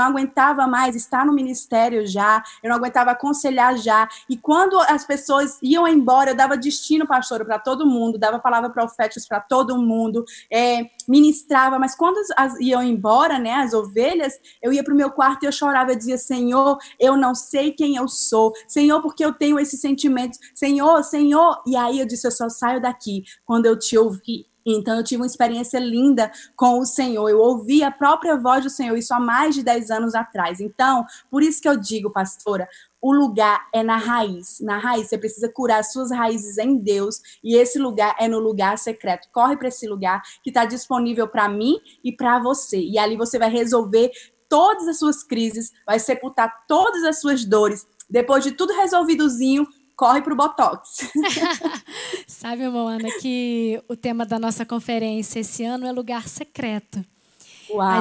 estar no ministério já, eu não aguentava aconselhar já, e quando as pessoas iam embora, eu dava destino, pastora, para todo mundo, dava palavra profética para todo mundo, ministrava, mas quando iam embora, né, as ovelhas, eu ia para o meu quarto e eu chorava, eu dizia: Senhor, eu não sei quem eu sou, Senhor, porque eu tenho esses sentimentos, Senhor, e aí eu disse: eu só saio daqui quando eu te ouvir. Então eu tive uma experiência linda com o Senhor, eu ouvi a própria voz do Senhor, isso há mais de 10 anos atrás. Então, por isso que eu digo, pastora, o lugar é na raiz, você precisa curar as suas raízes em Deus, e esse lugar é no lugar secreto. Corre para esse lugar que está disponível para mim e para você, e ali você vai resolver todas as suas crises, vai sepultar todas as suas dores. Depois de tudo resolvidozinho, corre pro Botox. Sabe, Moana, que o tema da nossa conferência esse ano é lugar secreto. Uau,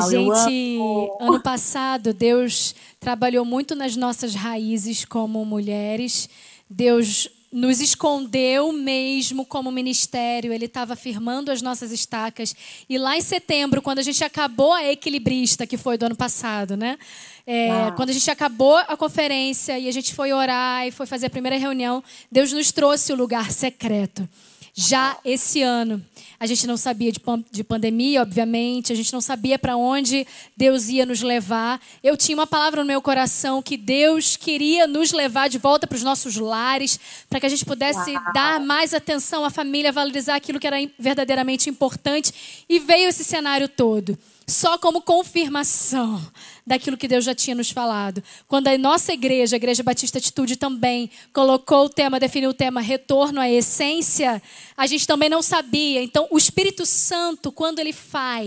ano passado, Deus trabalhou muito nas nossas raízes como mulheres. Deus nos escondeu mesmo como ministério. Ele estava firmando as nossas estacas. E lá em setembro, quando a gente acabou a Equilibrista, que foi do ano passado, né? Quando a gente acabou a conferência e a gente foi orar e foi fazer a primeira reunião, Deus nos trouxe o lugar secreto. Já esse ano, a gente não sabia de pandemia, obviamente, a gente não sabia para onde Deus ia nos levar. Eu tinha uma palavra no meu coração que Deus queria nos levar de volta para os nossos lares, para que a gente pudesse dar mais atenção à família, valorizar aquilo que era verdadeiramente importante. E veio esse cenário todo, só como confirmação daquilo que Deus já tinha nos falado. Quando a nossa igreja, a Igreja Batista Atitude, também colocou o tema, definiu o tema Retorno à Essência, a gente também não sabia. Então, o Espírito Santo, quando ele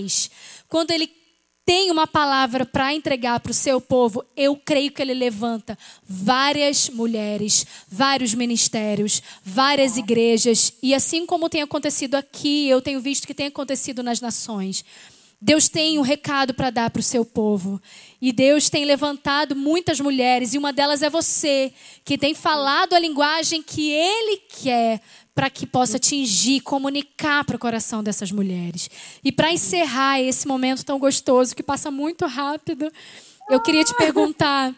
tem uma palavra para entregar para o seu povo, eu creio que ele levanta várias mulheres, vários ministérios, várias igrejas. E assim como tem acontecido aqui, eu tenho visto que tem acontecido nas nações. Deus tem um recado para dar para o seu povo. E Deus tem levantado muitas mulheres, e uma delas é você, que tem falado a linguagem que Ele quer para que possa atingir, comunicar para o coração dessas mulheres. E para encerrar esse momento tão gostoso, que passa muito rápido, eu queria te perguntar,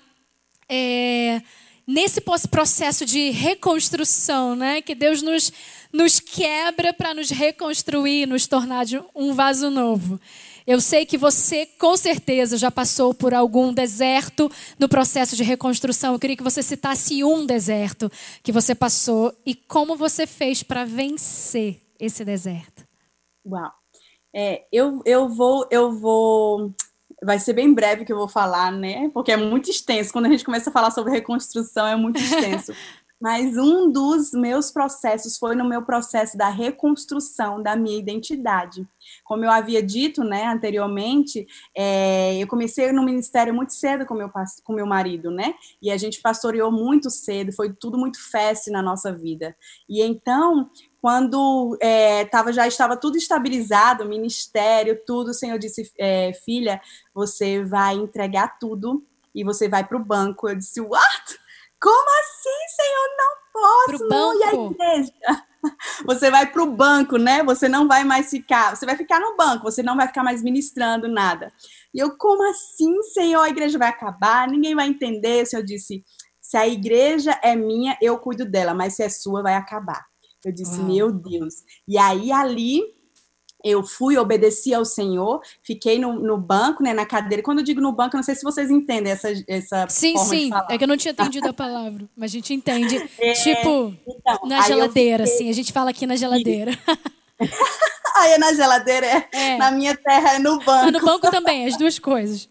nesse processo de reconstrução, né, que Deus nos quebra para nos reconstruir, nos tornar de um vaso novo. Eu sei que você, com certeza, já passou por algum deserto no processo de reconstrução. Eu queria que você citasse um deserto que você passou e como você fez para vencer esse deserto. Uau. Eu vou... Vai ser bem breve que eu vou falar, né? Porque é muito extenso. Quando a gente começa a falar sobre reconstrução, é muito extenso. Mas um dos meus processos foi no meu processo da reconstrução da minha identidade. Como eu havia dito, né, anteriormente, eu comecei no ministério muito cedo com meu marido, né? E a gente pastoreou muito cedo, foi tudo muito festa na nossa vida. E então, quando já estava tudo estabilizado, ministério, tudo, o Senhor disse, filha, você vai entregar tudo e você vai para o banco. Eu disse, what? Como assim, Senhor? Não posso. Pro banco. E a igreja? Você vai para o banco, né? Você não vai mais ficar. Você vai ficar no banco, você não vai ficar mais ministrando nada. E eu, como assim, Senhor? A igreja vai acabar, ninguém vai entender. O Senhor disse, se a igreja é minha, eu cuido dela, mas se é sua, vai acabar. Eu disse, meu Deus. E aí, ali, eu fui, obedeci ao Senhor, fiquei no banco, né, na cadeira. Quando eu digo no banco, eu não sei se vocês entendem essa sim, forma sim. de falar. É que eu não tinha entendido a palavra, mas a gente entende. Tipo, então, na geladeira, assim. A gente fala aqui na geladeira. Aí é na geladeira, na minha terra é no banco. Mas no banco também, as duas coisas.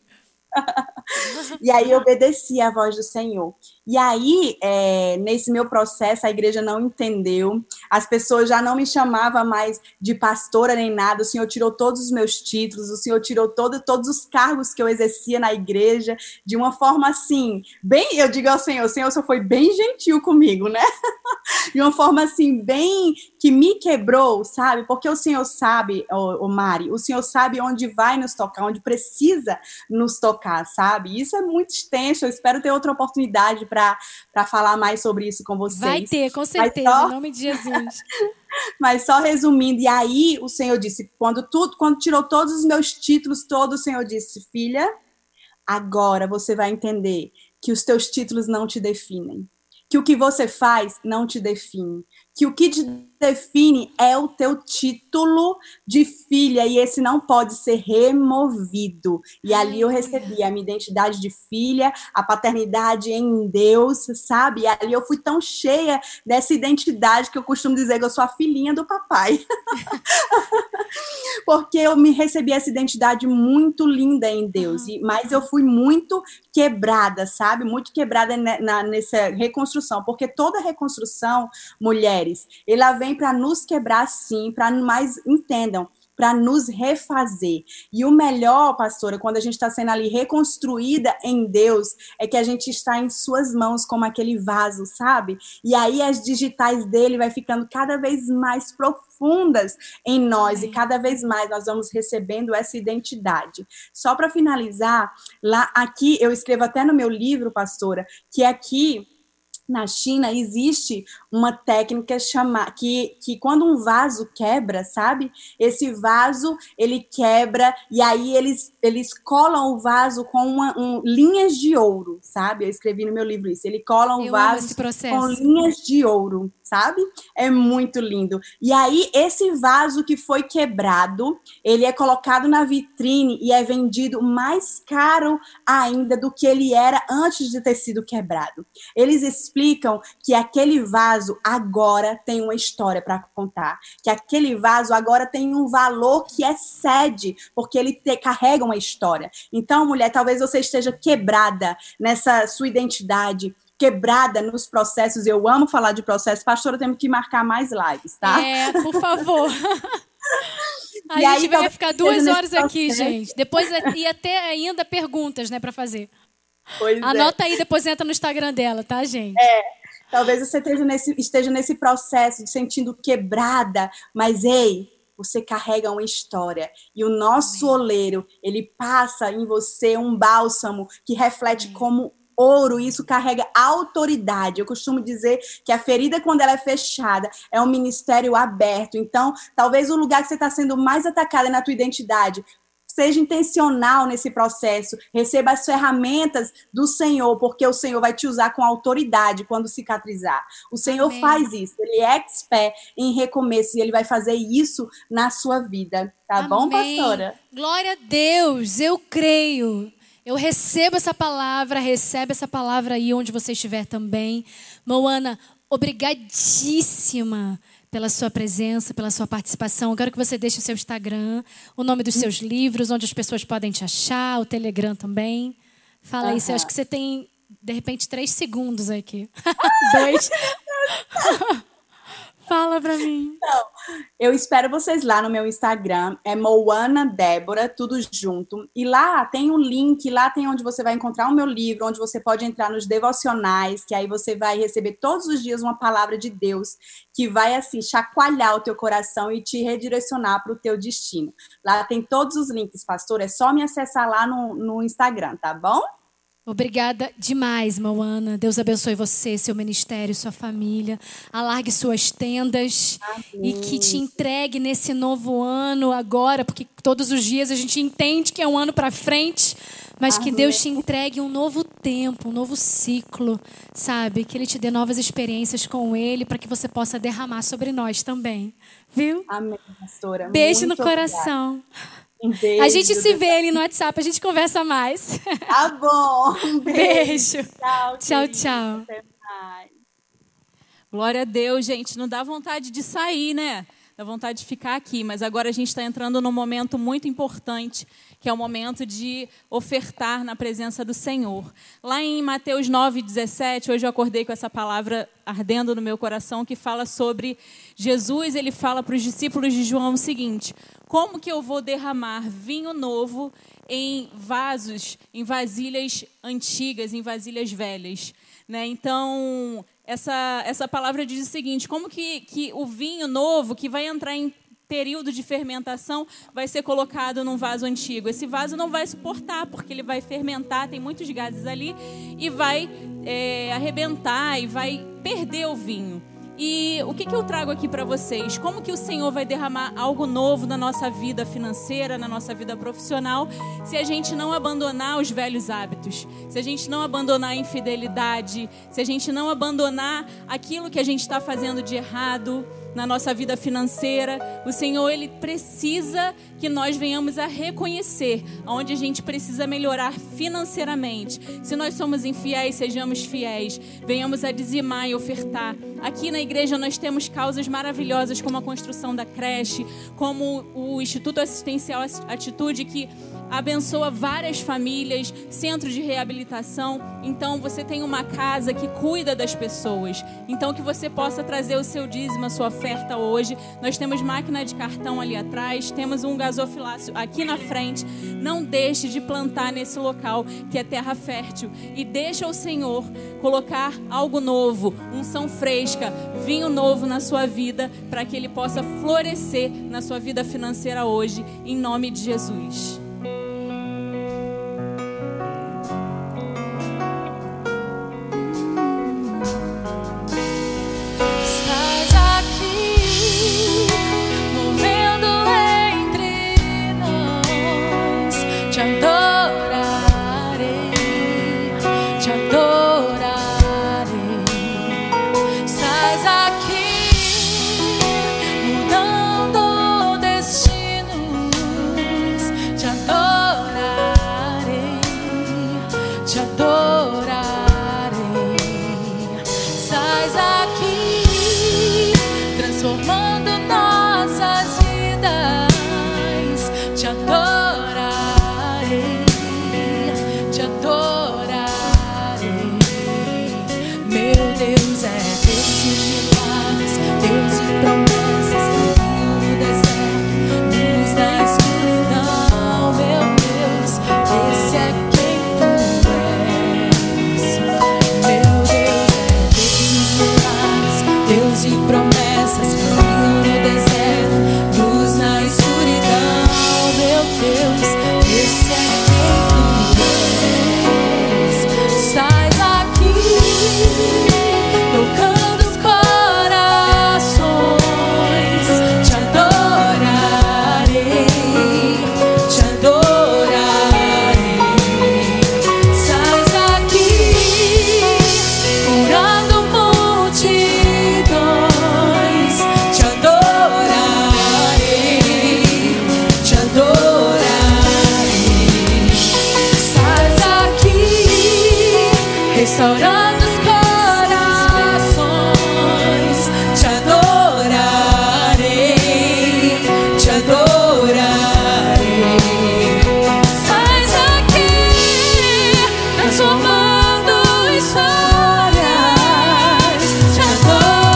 E aí eu obedeci à voz do Senhor. E aí, nesse meu processo, a igreja não entendeu. As pessoas já não me chamavam mais de pastora nem nada. O Senhor tirou todos os meus títulos. O Senhor tirou todos os cargos que eu exercia na igreja. De uma forma assim, bem... Eu digo ao Senhor, o Senhor só foi bem gentil comigo, né? De uma forma assim, bem... que me quebrou, sabe? Porque o Senhor sabe, Mari, o Senhor sabe onde vai nos tocar, onde precisa nos tocar, sabe? Isso é muito extenso. Eu espero ter outra oportunidade para falar mais sobre isso com vocês. Vai ter, com certeza, em nome de Jesus. Mas só resumindo, e aí o Senhor disse, quando tirou todos os meus títulos, o Senhor disse, filha, agora você vai entender que os teus títulos não te definem, que o que você faz não te define, que o que te define é o teu título de filha, e esse não pode ser removido. E ali eu recebi a minha identidade de filha, a paternidade em Deus, sabe? E ali eu fui tão cheia dessa identidade que eu costumo dizer que eu sou a filhinha do papai. Porque eu me recebi essa identidade muito linda em Deus, mas eu fui muito quebrada, sabe? Muito quebrada nessa reconstrução, porque toda reconstrução, mulheres, ela vem para nos quebrar sim, para mais, entendam, para nos refazer. E o melhor, pastora, quando a gente está sendo ali reconstruída em Deus, é que a gente está em suas mãos como aquele vaso, sabe? E aí as digitais dele vai ficando cada vez mais profundas em nós, e cada vez mais nós vamos recebendo essa identidade. Só para finalizar, aqui eu escrevo até no meu livro, pastora, que aqui na China existe uma técnica que quando um vaso quebra, sabe? Esse vaso, ele quebra e aí eles colam o vaso com linhas de ouro, sabe? Eu escrevi no meu livro isso. Eles colam o vaso com linhas de ouro, sabe? É muito lindo. E aí esse vaso que foi quebrado, ele é colocado na vitrine e é vendido mais caro ainda do que ele era antes de ter sido quebrado. Eles explicam que aquele vaso agora tem uma história para contar, que aquele vaso agora tem um valor que excede, porque ele carrega uma história. Então, mulher, talvez você esteja quebrada nessa sua identidade, quebrada nos processos. Eu amo falar de processo. Pastora, temos que marcar mais lives, tá? Por favor. A gente vai ficar 2 horas aqui, gente. Depois ia ter ainda perguntas, né, para fazer. Anota aí, depois entra no Instagram dela, tá, gente? Talvez você esteja nesse processo de sentindo quebrada, mas ei, você carrega uma história. E o nosso oleiro, ele passa em você um bálsamo que reflete como ouro, e isso carrega autoridade. Eu costumo dizer que a ferida, quando ela é fechada, é um ministério aberto. Então, talvez o lugar que você está sendo mais atacada é na tua identidade. Seja intencional nesse processo, receba as ferramentas do Senhor, porque o Senhor vai te usar com autoridade quando cicatrizar. O Senhor faz isso, Ele é expert em recomeço e Ele vai fazer isso na sua vida. Tá bom, pastora? Glória a Deus, eu creio. Eu recebo essa palavra, recebe essa palavra aí onde você estiver também. Moana, obrigadíssima pela sua presença, pela sua participação. Eu quero que você deixe o seu Instagram, o nome dos seus livros, onde as pessoas podem te achar, o Telegram também. Fala aí, eu acho que você tem, de repente, 3 segundos aqui. 2. Fala pra mim. Então, eu espero vocês lá no meu Instagram, é Moana Débora, tudo junto. E lá tem um link, lá tem onde você vai encontrar o meu livro, onde você pode entrar nos devocionais, que aí você vai receber todos os dias uma palavra de Deus, que vai, assim, chacoalhar o teu coração e te redirecionar para o teu destino. Lá tem todos os links, pastor, é só me acessar lá no Instagram, tá bom? Obrigada demais, Moana. Deus abençoe você, seu ministério, sua família. Alargue suas tendas. Amém. E que te entregue nesse novo ano agora, porque todos os dias a gente entende que é um ano para frente, mas Amém. Que Deus te entregue um novo tempo, um novo ciclo, sabe? Que Ele te dê novas experiências com Ele, para que você possa derramar sobre nós também. Viu? Amém, pastora. Beijo no coração. Um beijo. A gente se vê ali no WhatsApp, a gente conversa mais. Tá bom. Um beijo. Tchau, tchau, tchau. Até mais. Glória a Deus, gente. Não dá vontade de sair, né? Dá vontade de ficar aqui. Mas agora a gente está entrando num momento muito importante, que é o momento de ofertar na presença do Senhor. Lá em Mateus 9:17, hoje eu acordei com essa palavra ardendo no meu coração, que fala sobre Jesus. Ele fala para os discípulos de João o seguinte: como que eu vou derramar vinho novo em vasos, em vasilhas antigas, em vasilhas velhas? Né? Então, essa palavra diz o seguinte: como que o vinho novo, que vai entrar em período de fermentação, vai ser colocado num vaso antigo? Esse vaso não vai suportar, porque ele vai fermentar, tem muitos gases ali, e vai arrebentar, e vai perder o vinho. E o que eu trago aqui para vocês? Como que o Senhor vai derramar algo novo na nossa vida financeira, na nossa vida profissional, se a gente não abandonar os velhos hábitos, se a gente não abandonar a infidelidade, se a gente não abandonar aquilo que a gente está fazendo de errado na nossa vida financeira? O Senhor, Ele precisa que nós venhamos a reconhecer onde a gente precisa melhorar financeiramente. Se nós somos infiéis, sejamos fiéis, venhamos a dizimar e ofertar. Aqui na igreja nós temos causas maravilhosas, como a construção da creche, como o Instituto Assistencial Atitude, que abençoa várias famílias, centro de reabilitação. Então você tem uma casa que cuida das pessoas. Então que você possa trazer o seu dízimo, a sua oferta hoje. Nós temos máquina de cartão ali atrás, temos um gasofilácio aqui na frente. Não deixe de plantar nesse local que é terra fértil, e deixa o Senhor colocar algo novo, unção fresca, vinho novo na sua vida, para que Ele possa florescer na sua vida financeira hoje, em nome de Jesus. Transformando histórias, te adoro.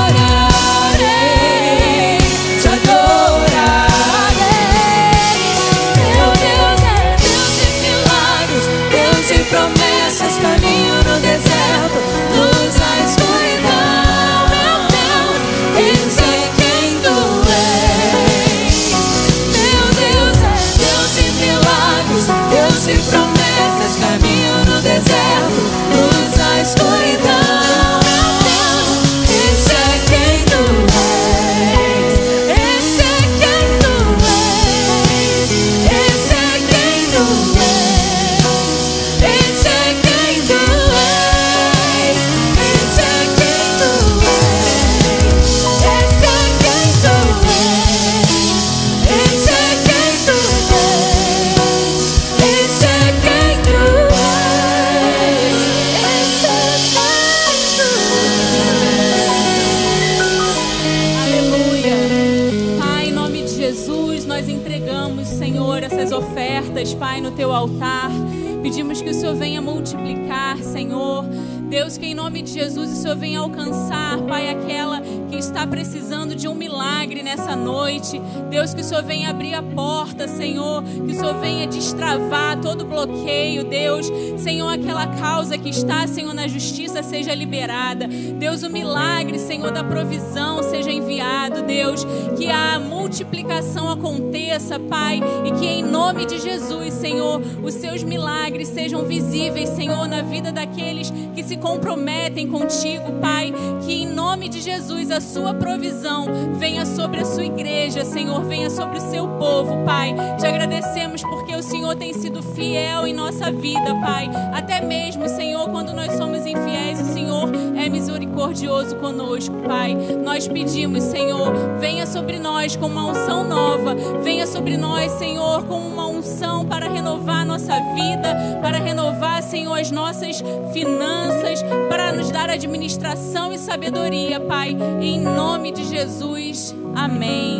teu altar. Pedimos que o Senhor venha multiplicar, Senhor. Deus, que em nome de Jesus o Senhor venha alcançar, Pai, aquela que está precisando de um milagre nessa noite. Deus, que o Senhor venha abrir a porta, Senhor. Que o Senhor venha destravar todo bloqueio, Deus. Senhor, aquela causa que está, Senhor, na justiça seja liberada. Deus, o milagre, Senhor, da provisão seja enviado, Deus. Que a multiplicação aconteça, Pai. E que em nome de Jesus, Senhor, os seus milagres sejam visíveis, Senhor, na vida daqueles que se comprometem contigo, Pai. Que em nome de Jesus a sua provisão venha sobre a sua igreja, Senhor, venha sobre o seu povo, Pai. Te agradecemos porque o Senhor tem sido fiel em nossa vida, Pai. Até mesmo, Senhor, quando nós somos infiéis, o Senhor é misericordioso conosco, Pai. Nós pedimos, Senhor, venha sobre nós com uma unção nova. Venha sobre nós, Senhor, com uma unção para renovar a nossa vida, para renovar, Senhor, as nossas finanças, para nos dar administração e sabedoria, Pai. Em nome de Jesus. Amém.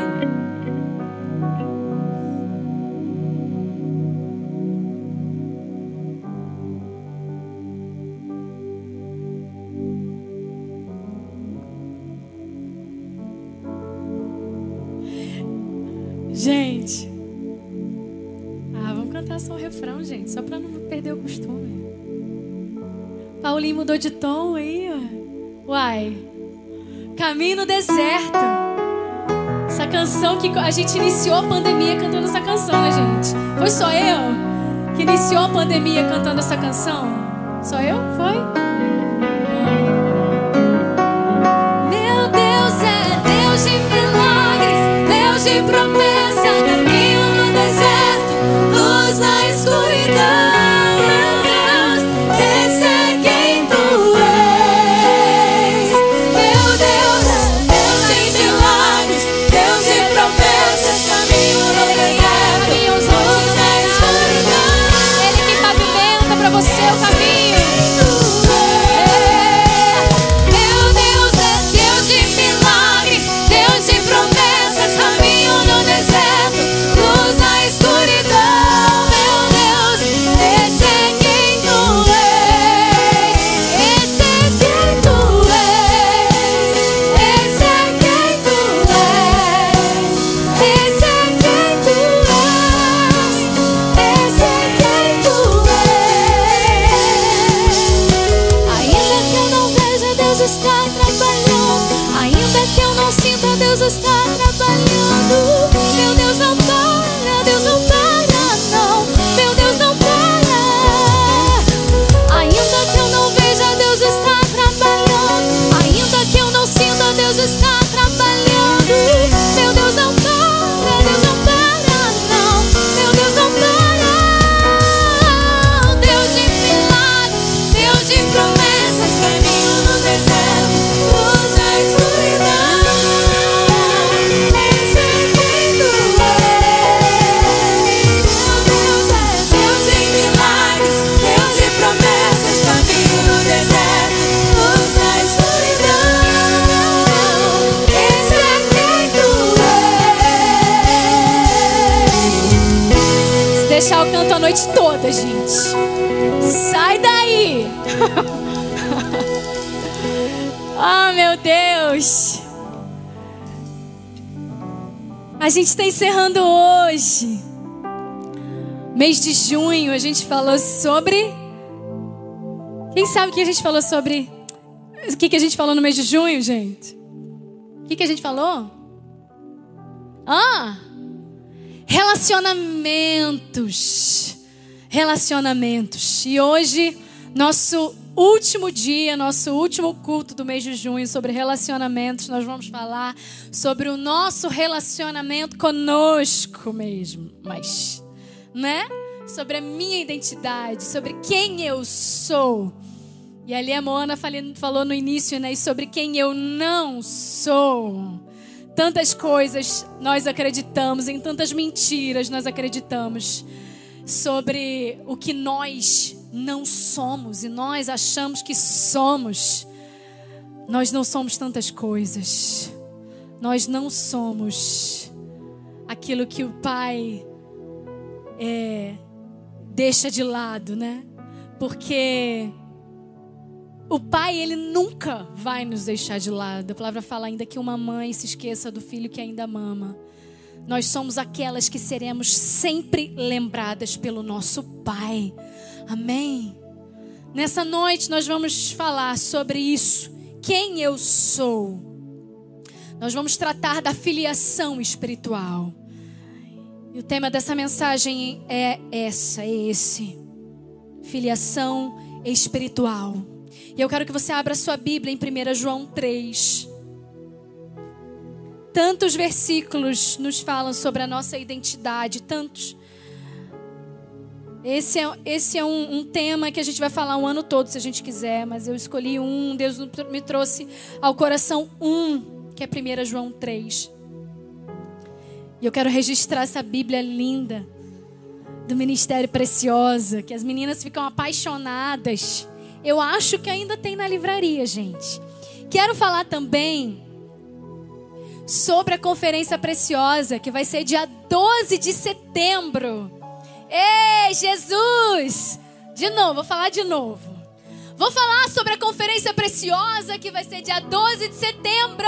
Gente, vamos cantar só o refrão, gente, só para não perder o costume. Paulinho mudou de tom aí, ó. Uai, Caminho no Deserto. Essa canção que a gente iniciou a pandemia cantando essa canção, né, gente? Foi só eu que iniciou a pandemia cantando essa canção? Só eu? Foi? Meu Deus é Deus de milagres, Deus de promessa, caminho no deserto, luz na escuridão. deixar eu canto a noite toda, gente. Sai daí. Ah, meu Deus. A gente está encerrando hoje. Mês de junho, a gente falou sobre... Quem sabe o que a gente falou sobre... O que a gente falou no mês de junho, gente? O que a gente falou? Relacionamentos. Relacionamentos. E hoje, nosso último dia, nosso último culto do mês de junho sobre relacionamentos, nós vamos falar sobre o nosso relacionamento conosco mesmo. Mas, né? Sobre a minha identidade, sobre quem eu sou. E ali a Moana falou no início, né, sobre quem eu não sou. Tantas coisas nós acreditamos, em tantas mentiras nós acreditamos sobre o que nós não somos e nós achamos que somos. Nós não somos tantas coisas. Nós não somos aquilo que o Pai deixa de lado, né? Porque o pai, ele nunca vai nos deixar de lado. A palavra fala ainda que uma mãe se esqueça do filho que ainda mama. Nós somos aquelas que seremos sempre lembradas pelo nosso Pai. Amém? Nessa noite nós vamos falar sobre isso. Quem eu sou? Nós vamos tratar da filiação espiritual. E o tema dessa mensagem é esse. Filiação espiritual. E eu quero que você abra sua Bíblia em 1 João 3. Tantos versículos nos falam sobre a nossa identidade, tantos. Esse é um tema que a gente vai falar o ano todo, se a gente quiser, mas eu escolhi Deus me trouxe ao coração que é 1 João 3. E eu quero registrar essa Bíblia linda, do Ministério Preciosa, que as meninas ficam apaixonadas. Eu acho que ainda tem na livraria, gente. Quero falar também sobre a Conferência Preciosa, que vai ser dia 12 de setembro. Ei, Jesus! De novo, vou falar de novo. Vou falar sobre a Conferência Preciosa, que vai ser dia 12 de setembro.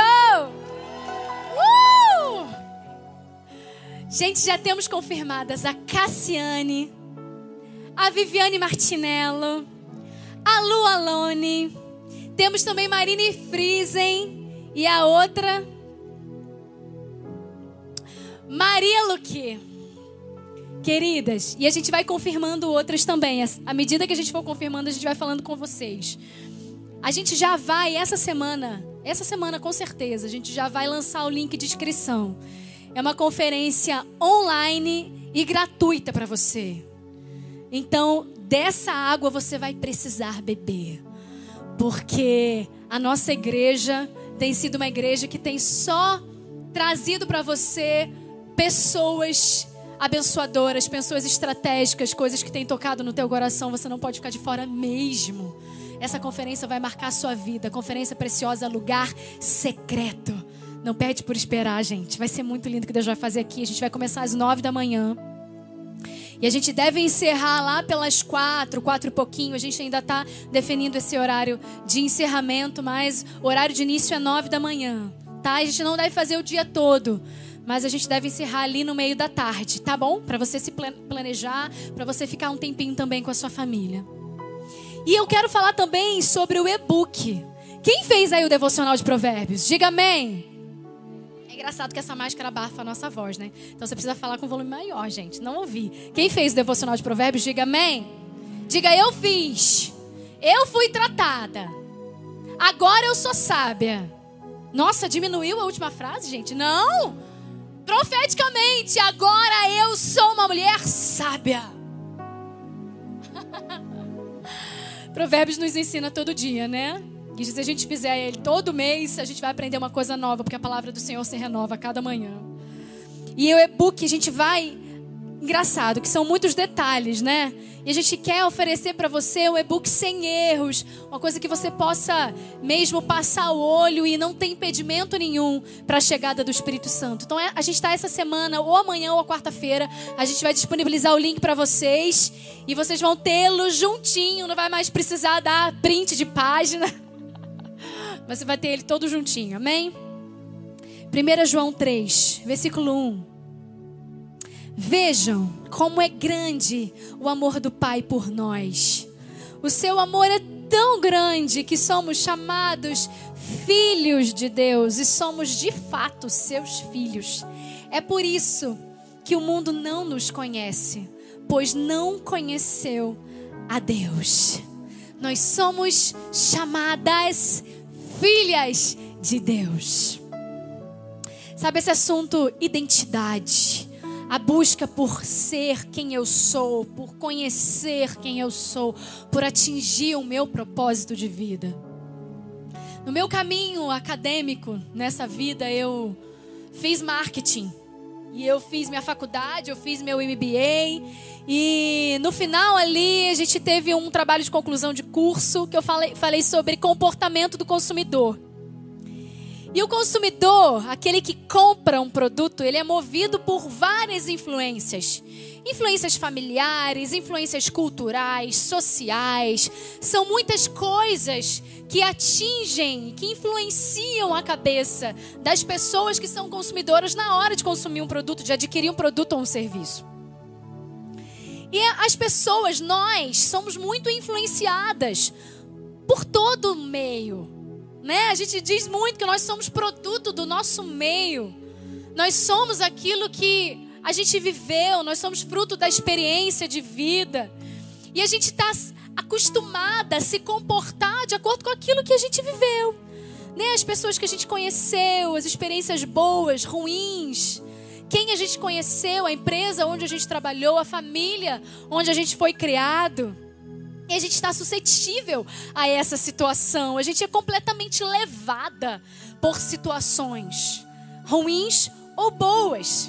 Gente, já temos confirmadas a Cassiane, a Viviane Martinello, a Lu Alone. Temos também Marine Friesen e a outra... Maria Luque. Queridas, e a gente vai confirmando outras também. À medida que a gente for confirmando, a gente vai falando com vocês. A gente já vai, essa semana com certeza, a gente já vai lançar o link de inscrição. É uma conferência online e gratuita para você. Então, dessa água você vai precisar beber. Porque a nossa igreja tem sido uma igreja que tem só trazido para você pessoas abençoadoras, pessoas estratégicas, coisas que têm tocado no teu coração. Você não pode ficar de fora mesmo. Essa conferência vai marcar a sua vida. Conferência Preciosa, lugar secreto. Não perde por esperar, gente. Vai ser muito lindo o que Deus vai fazer aqui. A gente vai começar às 9 da manhã. E a gente deve encerrar lá pelas 4 e pouquinho. A gente ainda está definindo esse horário de encerramento, mas o horário de início é 9 da manhã. Tá? A gente não deve fazer o dia todo, mas a gente deve encerrar ali no meio da tarde, tá bom? Para você se planejar, para você ficar um tempinho também com a sua família. E eu quero falar também sobre o e-book. Quem fez aí o devocional de Provérbios? Diga amém. É engraçado que essa máscara abafa a nossa voz, né? Então você precisa falar com volume maior, gente. Não ouvi. Quem fez o devocional de Provérbios? Diga amém. Diga eu fiz. Eu fui tratada. Agora eu sou sábia. Nossa, diminuiu a última frase, gente? Não! Profeticamente, agora eu sou uma mulher sábia. Provérbios nos ensina todo dia, né? E se a gente fizer ele todo mês, a gente vai aprender uma coisa nova, porque a palavra do Senhor se renova a cada manhã. E o e-book a gente vai... Engraçado, que são muitos detalhes, né? E a gente quer oferecer para você um e-book sem erros, uma coisa que você possa mesmo passar o olho e não tem impedimento nenhum para a chegada do Espírito Santo. Então a gente está essa semana, ou amanhã ou quarta-feira, a gente vai disponibilizar o link para vocês e vocês vão tê-lo juntinho, não vai mais precisar dar print de página. Você vai ter ele todo juntinho, amém? 1 João 3, versículo 1. Vejam como é grande o amor do Pai por nós. O seu amor é tão grande que somos chamados filhos de Deus e somos de fato seus filhos. É por isso que o mundo não nos conhece, pois não conheceu a Deus. Nós somos chamadas filhas de Deus. Sabe esse assunto identidade? A busca por ser quem eu sou, por conhecer quem eu sou, por atingir o meu propósito de vida. No meu caminho acadêmico, nessa vida, eu fiz marketing. E eu fiz minha faculdade, eu fiz meu MBA. E no final ali, a gente teve um trabalho de conclusão de curso que eu falei sobre comportamento do consumidor. E o consumidor, aquele que compra um produto, ele é movido por várias influências. Influências familiares, influências culturais, sociais. São muitas coisas que atingem, que influenciam a cabeça das pessoas que são consumidoras na hora de consumir um produto, de adquirir um produto ou um serviço. E as pessoas, nós, somos muito influenciadas por todo o meio. Né? A gente diz muito que nós somos produto do nosso meio. Nós somos aquilo que a gente viveu, nós somos fruto da experiência de vida. E a gente está acostumada a se comportar de acordo com aquilo que a gente viveu. Né? As pessoas que a gente conheceu, as experiências boas, ruins. Quem a gente conheceu, a empresa onde a gente trabalhou, a família onde a gente foi criado. E a gente está suscetível a essa situação. A gente é completamente levada por situações ruins ou boas.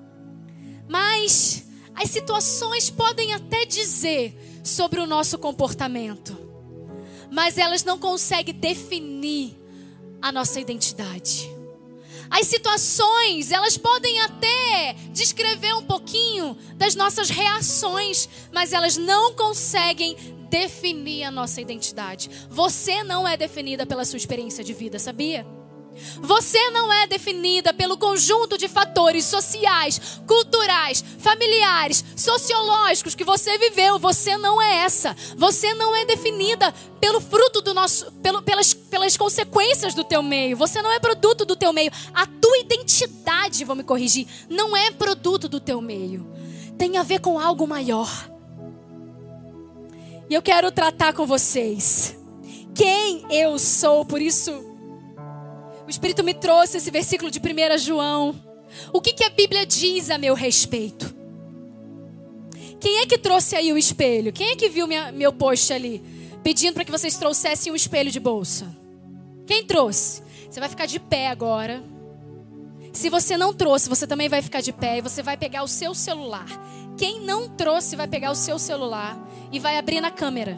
Mas as situações podem até dizer sobre o nosso comportamento. Mas elas não conseguem definir a nossa identidade. As situações, elas podem até descrever um pouquinho das nossas reações, mas elas não conseguem definir a nossa identidade. Você não é definida pela sua experiência de vida, sabia? Você não é definida pelo conjunto de fatores sociais, culturais, familiares, sociológicos que você viveu. Você não é essa. Você não é definida pelo fruto do nosso, pelas consequências do teu meio. Você não é produto do teu meio. A tua identidade, vou me corrigir, não é produto do teu meio. Tem a ver com algo maior. E eu quero tratar com vocês quem eu sou. Por isso, o Espírito me trouxe esse versículo de 1 João. O que a Bíblia diz a meu respeito? Quem é que trouxe aí o espelho? Quem é que viu meu post ali? Pedindo para que vocês trouxessem um espelho de bolsa. Quem trouxe? Você vai ficar de pé agora. Se você não trouxe, você também vai ficar de pé e você vai pegar o seu celular. Quem não trouxe vai pegar o seu celular e vai abrir na câmera.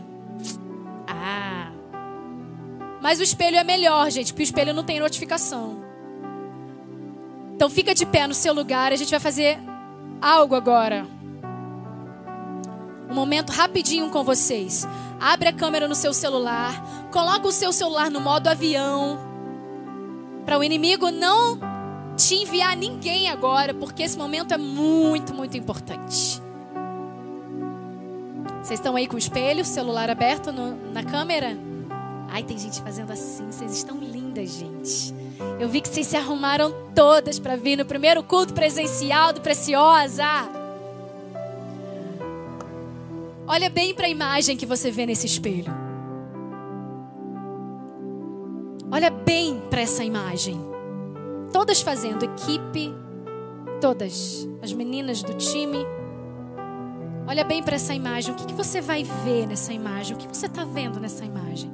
Mas o espelho é melhor, gente, porque o espelho não tem notificação. Então fica de pé no seu lugar, a gente vai fazer algo agora. Um momento rapidinho com vocês. Abre a câmera no seu celular, coloca o seu celular no modo avião, para o inimigo não te enviar ninguém agora, porque esse momento é muito, muito importante. Vocês estão aí com o espelho, celular aberto na câmera? Ai, tem gente fazendo assim. Vocês estão lindas, gente. Eu vi que vocês se arrumaram todas para vir no primeiro culto presencial do Preciosa. Olha bem para a imagem que você vê nesse espelho. Olha bem para essa imagem. Todas fazendo, equipe, todas, as meninas do time. Olha bem para essa imagem. O que você vai ver nessa imagem? O que você está vendo nessa imagem?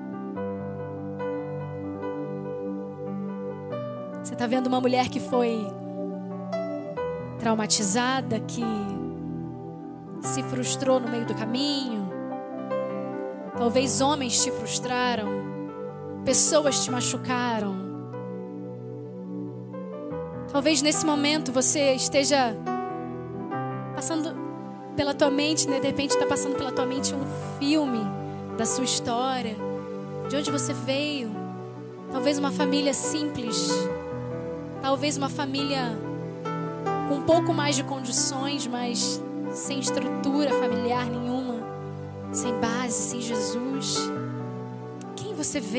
Você está vendo uma mulher que foi traumatizada, que se frustrou no meio do caminho. Talvez homens te frustraram, pessoas te machucaram. Talvez nesse momento você esteja passando pela tua mente, né? De repente está passando pela tua mente um filme da sua história, de onde você veio. Talvez uma família simples, talvez uma família com um pouco mais de condições, mas sem estrutura familiar nenhuma, sem base, sem Jesus. Quem você vê?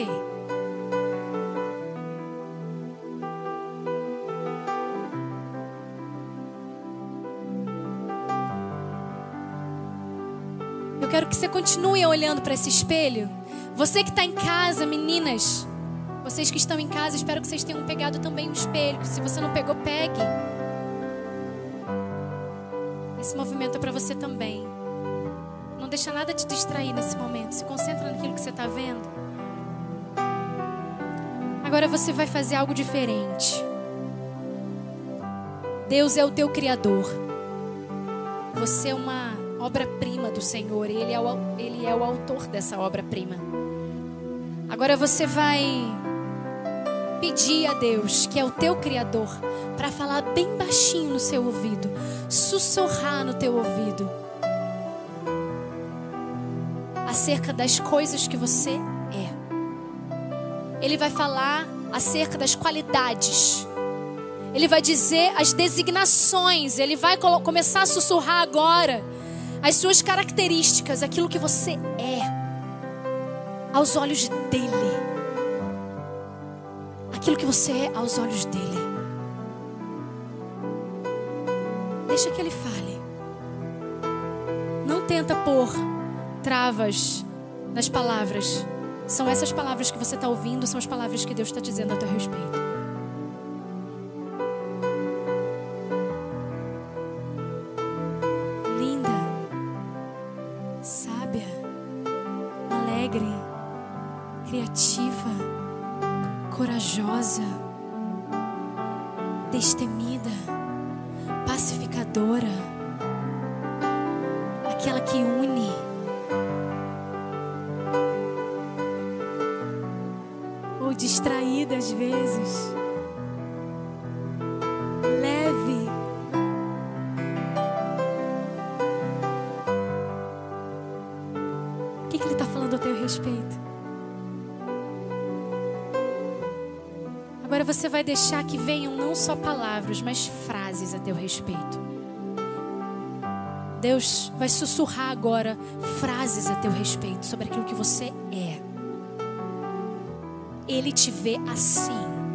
Eu quero que você continue olhando para esse espelho. Você que está em casa, meninas, vocês que estão em casa, espero que vocês tenham pegado também um espelho. Se você não pegou, pegue. Esse movimento é para você também. Não deixa nada te distrair nesse momento. Se concentra naquilo que você está vendo. Agora você vai fazer algo diferente. Deus é o teu Criador. Você é uma obra-prima do Senhor. Ele é o autor dessa obra-prima. Agora você vai pedir a Deus, que é o teu Criador, para falar bem baixinho no seu ouvido, sussurrar no teu ouvido acerca das coisas que você é. Ele vai falar acerca das qualidades. Ele vai dizer as designações. Ele vai começar a sussurrar agora as suas características, aquilo que você é aos olhos dele. Aquilo que você é aos olhos dele. Deixa que ele fale. Não tenta pôr travas nas palavras. São essas palavras que você está ouvindo, são as palavras que Deus está dizendo a teu respeito. Linda, sábia, alegre, criativa, corajosa, destemida, pacificadora, aquela que une. Ou distraída às vezes, leve. O que ele está falando a teu respeito? Agora você vai deixar que venham não só palavras, mas frases a teu respeito. Deus vai sussurrar agora frases a teu respeito sobre aquilo que você é. Ele te vê assim.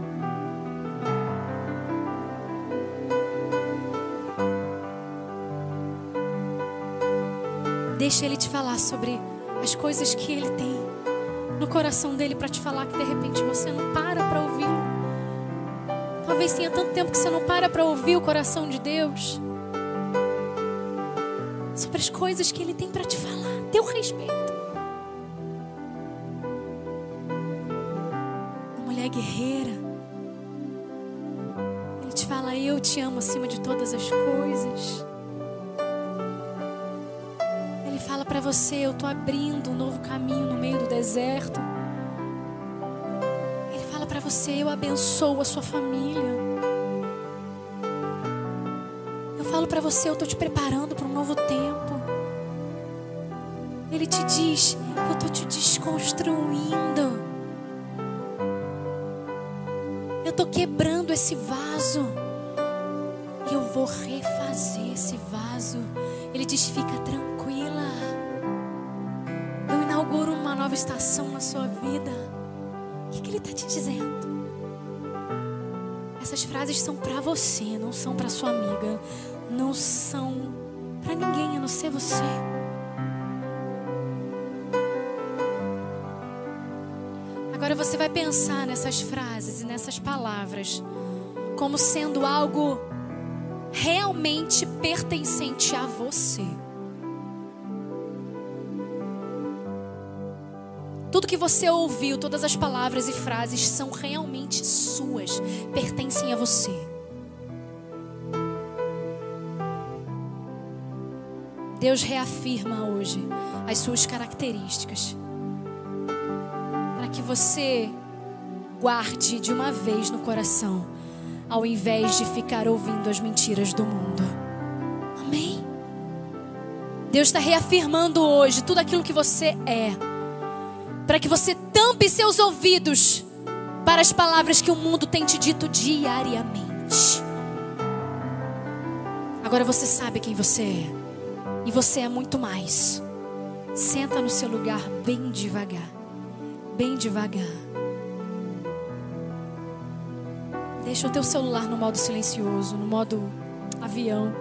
Deixa ele te falar sobre as coisas que ele tem no coração dele para te falar, que de repente você não para ouvir. Talvez tenha tanto tempo que você não para ouvir o coração de Deus sobre as coisas que ele tem para te falar a teu respeito. Guerreira, ele te fala: eu te amo acima de todas as coisas. Ele fala para você: eu tô abrindo um novo caminho no meio do deserto. Ele fala para você: eu abençoo a sua família. Eu falo para você: eu tô te preparando para um novo tempo. Ele te diz: eu tô te desconstruindo. Eu estou quebrando esse vaso e eu vou refazer esse vaso. Ele diz: fica tranquila. Eu inauguro uma nova estação na sua vida. O que ele está te dizendo? Essas frases são para você, não são para sua amiga, não são para ninguém a não ser você. Agora você vai pensar nessas frases e nessas palavras como sendo algo realmente pertencente a você. Tudo que você ouviu, todas as palavras e frases são realmente suas, pertencem a você. Deus reafirma hoje as suas características, que você guarde de uma vez no coração, ao invés de ficar ouvindo as mentiras do mundo. Amém? Deus está reafirmando hoje tudo aquilo que você é, para que você tampe seus ouvidos para as palavras que o mundo tem te dito diariamente. Agora você sabe quem você é, e você é muito mais. Senta no seu lugar bem devagar. Bem devagar. Deixa o teu celular no modo silencioso, no modo avião.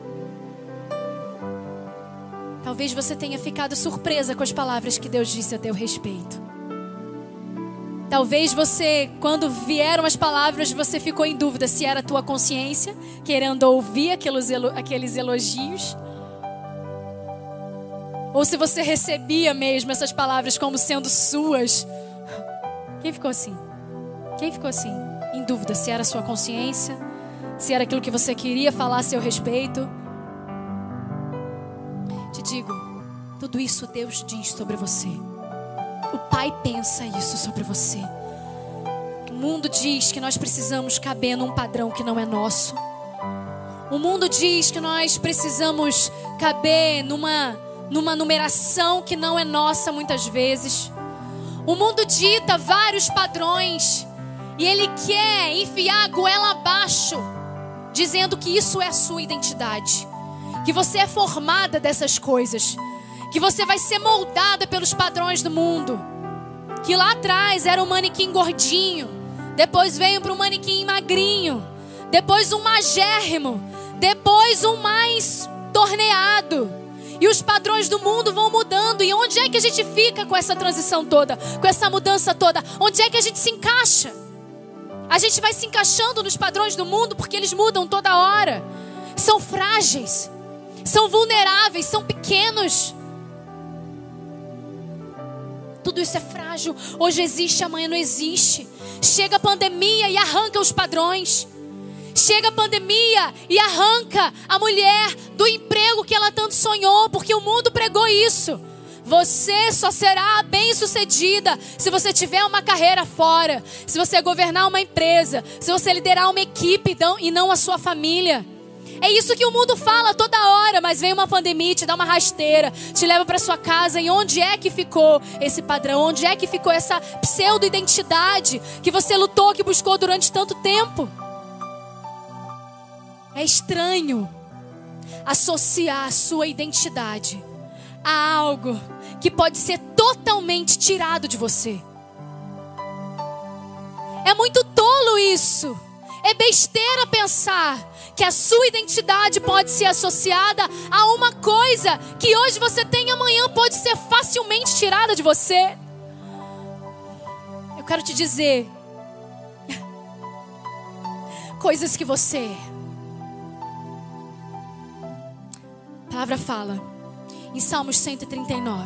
Talvez você tenha ficado surpresa com as palavras que Deus disse a teu respeito. Talvez você, quando vieram as palavras, você ficou em dúvida se era a tua consciência querendo ouvir aqueles elogios, ou se você recebia mesmo essas palavras como sendo suas. Quem ficou assim? Quem ficou assim? Em dúvida se era a sua consciência, se era aquilo que você queria falar a seu respeito. Te digo, tudo isso Deus diz sobre você. O Pai pensa isso sobre você. O mundo diz que nós precisamos caber num padrão que não é nosso. O mundo diz que nós precisamos caber numa numeração que não é nossa muitas vezes. O mundo dita vários padrões e ele quer enfiar a goela abaixo, dizendo que isso é a sua identidade, que você é formada dessas coisas, que você vai ser moldada pelos padrões do mundo, que lá atrás era um manequim gordinho, depois veio para um manequim magrinho, depois um magérrimo, depois um mais torneado. E os padrões do mundo vão mudando. E onde é que a gente fica com essa transição toda? Com essa mudança toda? Onde é que a gente se encaixa? A gente vai se encaixando nos padrões do mundo porque eles mudam toda hora. São frágeis. São vulneráveis. São pequenos. Tudo isso é frágil. Hoje existe, amanhã não existe. Chega a pandemia e arranca os padrões. Chega a pandemia e arranca a mulher do emprego que ela tanto sonhou, porque o mundo pregou isso. Você só será bem-sucedida se você tiver uma carreira fora, se você governar uma empresa, se você liderar uma equipe e não a sua família. É isso que o mundo fala toda hora, mas vem uma pandemia, te dá uma rasteira, te leva para sua casa. E onde é que ficou esse padrão? Onde é que ficou essa pseudo-identidade que você lutou, que buscou durante tanto tempo? É estranho associar a sua identidade a algo que pode ser totalmente tirado de você. É muito tolo isso. É besteira pensar que a sua identidade pode ser associada a uma coisa que hoje você tem e amanhã pode ser facilmente tirada de você. Eu quero te dizer coisas que você é. A palavra fala em Salmos 139.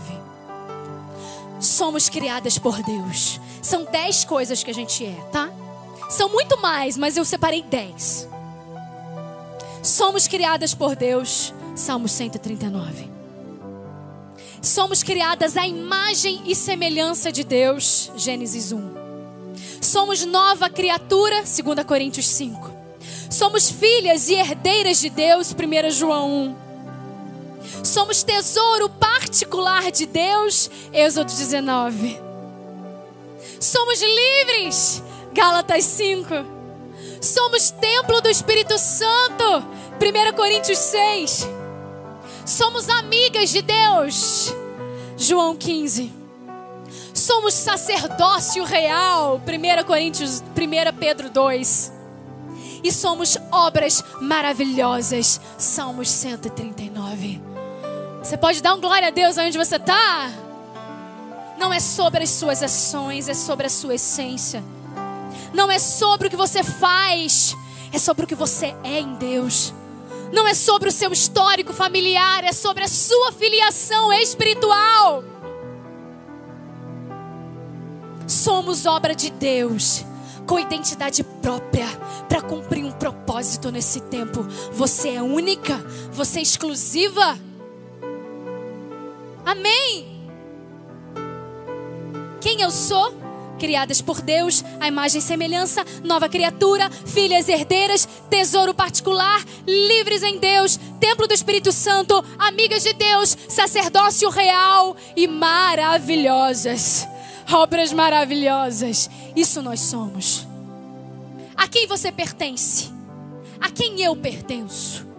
Somos criadas por Deus. São 10 coisas que a gente é, tá? São muito mais, mas eu separei 10. Somos criadas por Deus. Salmos 139. Somos criadas à imagem e semelhança de Deus. Gênesis 1. Somos nova criatura. 2 Coríntios 5. Somos filhas e herdeiras de Deus. 1 João 1. Somos tesouro particular de Deus. Êxodo 19. Somos livres. Gálatas 5. Somos templo do Espírito Santo. 1 Coríntios 6. Somos amigas de Deus. João 15. Somos sacerdócio real. 1 Pedro 2. E somos obras maravilhosas. Salmos 139. Você pode dar um glória a Deus onde você está? Não é sobre as suas ações, é sobre a sua essência. Não é sobre o que você faz, é sobre o que você é em Deus. Não é sobre o seu histórico familiar, é sobre a sua filiação espiritual. Somos obra de Deus, com identidade própria, para cumprir um propósito nesse tempo. Você é única, você é exclusiva. Amém? Quem eu sou? Criadas por Deus, a imagem e semelhança, nova criatura, filhas herdeiras, tesouro particular, livres em Deus, templo do Espírito Santo, amigas de Deus, sacerdócio real e maravilhosas. Obras maravilhosas. Isso nós somos. A quem você pertence? A quem eu pertenço?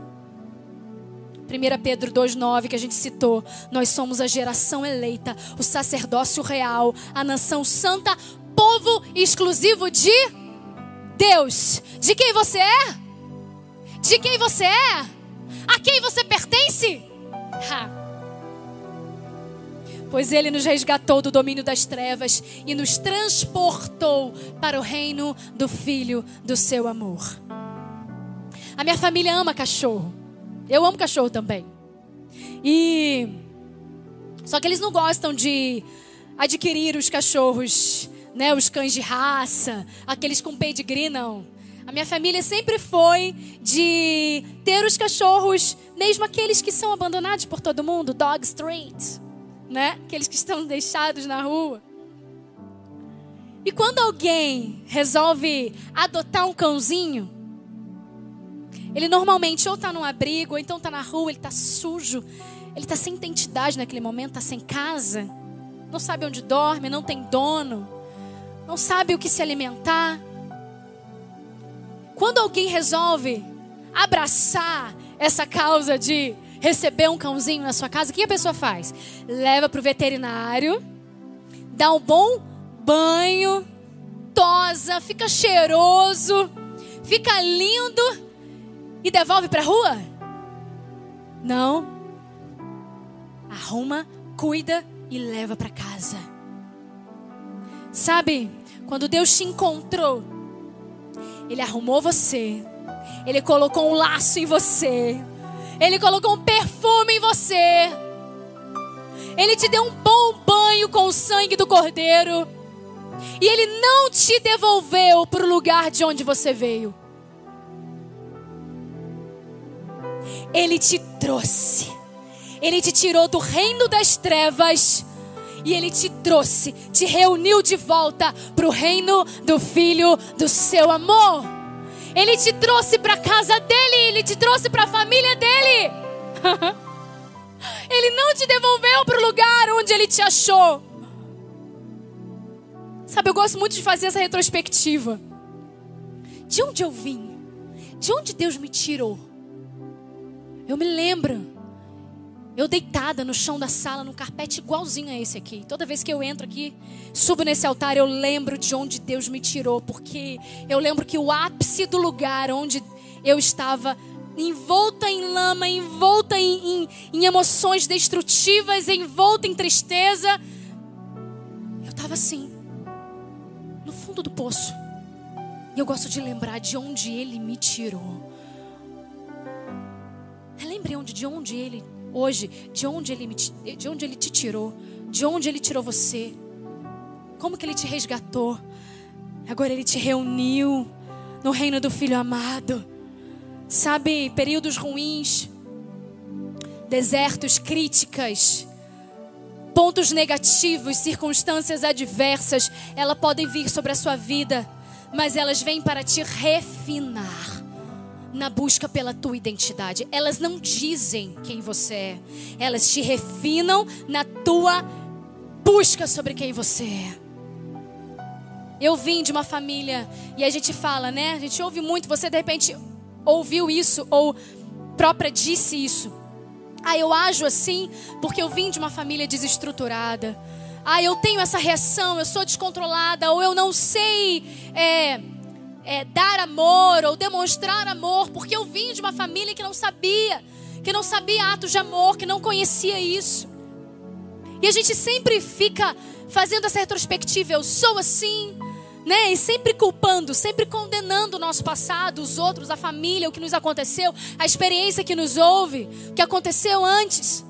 1 Pedro 2,9 que a gente citou. Nós somos a geração eleita, o sacerdócio real, a nação santa, povo exclusivo de Deus. De quem você é? De quem você é? A quem você pertence? Pois Ele nos resgatou do domínio das trevas e nos transportou para o reino do Filho do seu amor. A minha família ama cachorro. Eu amo cachorro também. Só que eles não gostam de adquirir os cachorros, né, os cães de raça, aqueles com pedigree, não. A minha família sempre foi de ter os cachorros, mesmo aqueles que são abandonados por todo mundo, dog street, né? Aqueles que estão deixados na rua. E quando alguém resolve adotar um cãozinho, ele normalmente ou está num abrigo, ou então está na rua, ele está sujo, ele está sem identidade naquele momento, está sem casa, não sabe onde dorme, não tem dono, não sabe o que se alimentar. Quando alguém resolve abraçar essa causa de receber um cãozinho na sua casa, o que a pessoa faz? Leva para o veterinário, dá um bom banho, tosa, fica cheiroso, fica lindo e devolve para a rua? Não. Arruma, cuida e leva para casa. Sabe, quando Deus te encontrou, Ele arrumou você, Ele colocou um laço em você, Ele colocou um perfume em você, Ele te deu um bom banho com o sangue do Cordeiro, e Ele não te devolveu para o lugar de onde você veio. Ele te trouxe, Ele te tirou do reino das trevas e Ele te trouxe, te reuniu de volta para o reino do Filho do seu amor. Ele te trouxe para a casa dele, Ele te trouxe para a família dele. Ele não te devolveu para o lugar onde Ele te achou. Sabe, eu gosto muito de fazer essa retrospectiva. De onde eu vim? De onde Deus me tirou? Eu me lembro, eu deitada no chão da sala, num carpete igualzinho a esse aqui. Toda vez que eu entro aqui, subo nesse altar, eu lembro de onde Deus me tirou. Porque eu lembro que o ápice do lugar onde eu estava, envolta em lama, envolta em emoções destrutivas, envolta em tristeza, eu estava assim, no fundo do poço. E eu gosto de lembrar de onde Ele me tirou. Lembre de onde Ele, hoje, de onde Ele te tirou, de onde Ele tirou você, como que Ele te resgatou. Agora Ele te reuniu no reino do Filho amado. Sabe, períodos ruins, desertos, críticas, pontos negativos, circunstâncias adversas, elas podem vir sobre a sua vida, mas elas vêm para te refinar na busca pela tua identidade. Elas não dizem quem você é, elas te refinam na tua busca sobre quem você é. Eu vim de uma família, e a gente fala, né? A gente ouve muito, você de repente ouviu isso, ou própria disse isso. Eu ajo assim porque eu vim de uma família desestruturada. Eu tenho essa reação, eu sou descontrolada, ou eu não sei dar amor ou demonstrar amor, porque eu vim de uma família que não sabia atos de amor, que não conhecia isso. E a gente sempre fica fazendo essa retrospectiva, eu sou assim, né? E sempre culpando, sempre condenando o nosso passado, os outros, a família, o que nos aconteceu, a experiência que nos houve, o que aconteceu antes.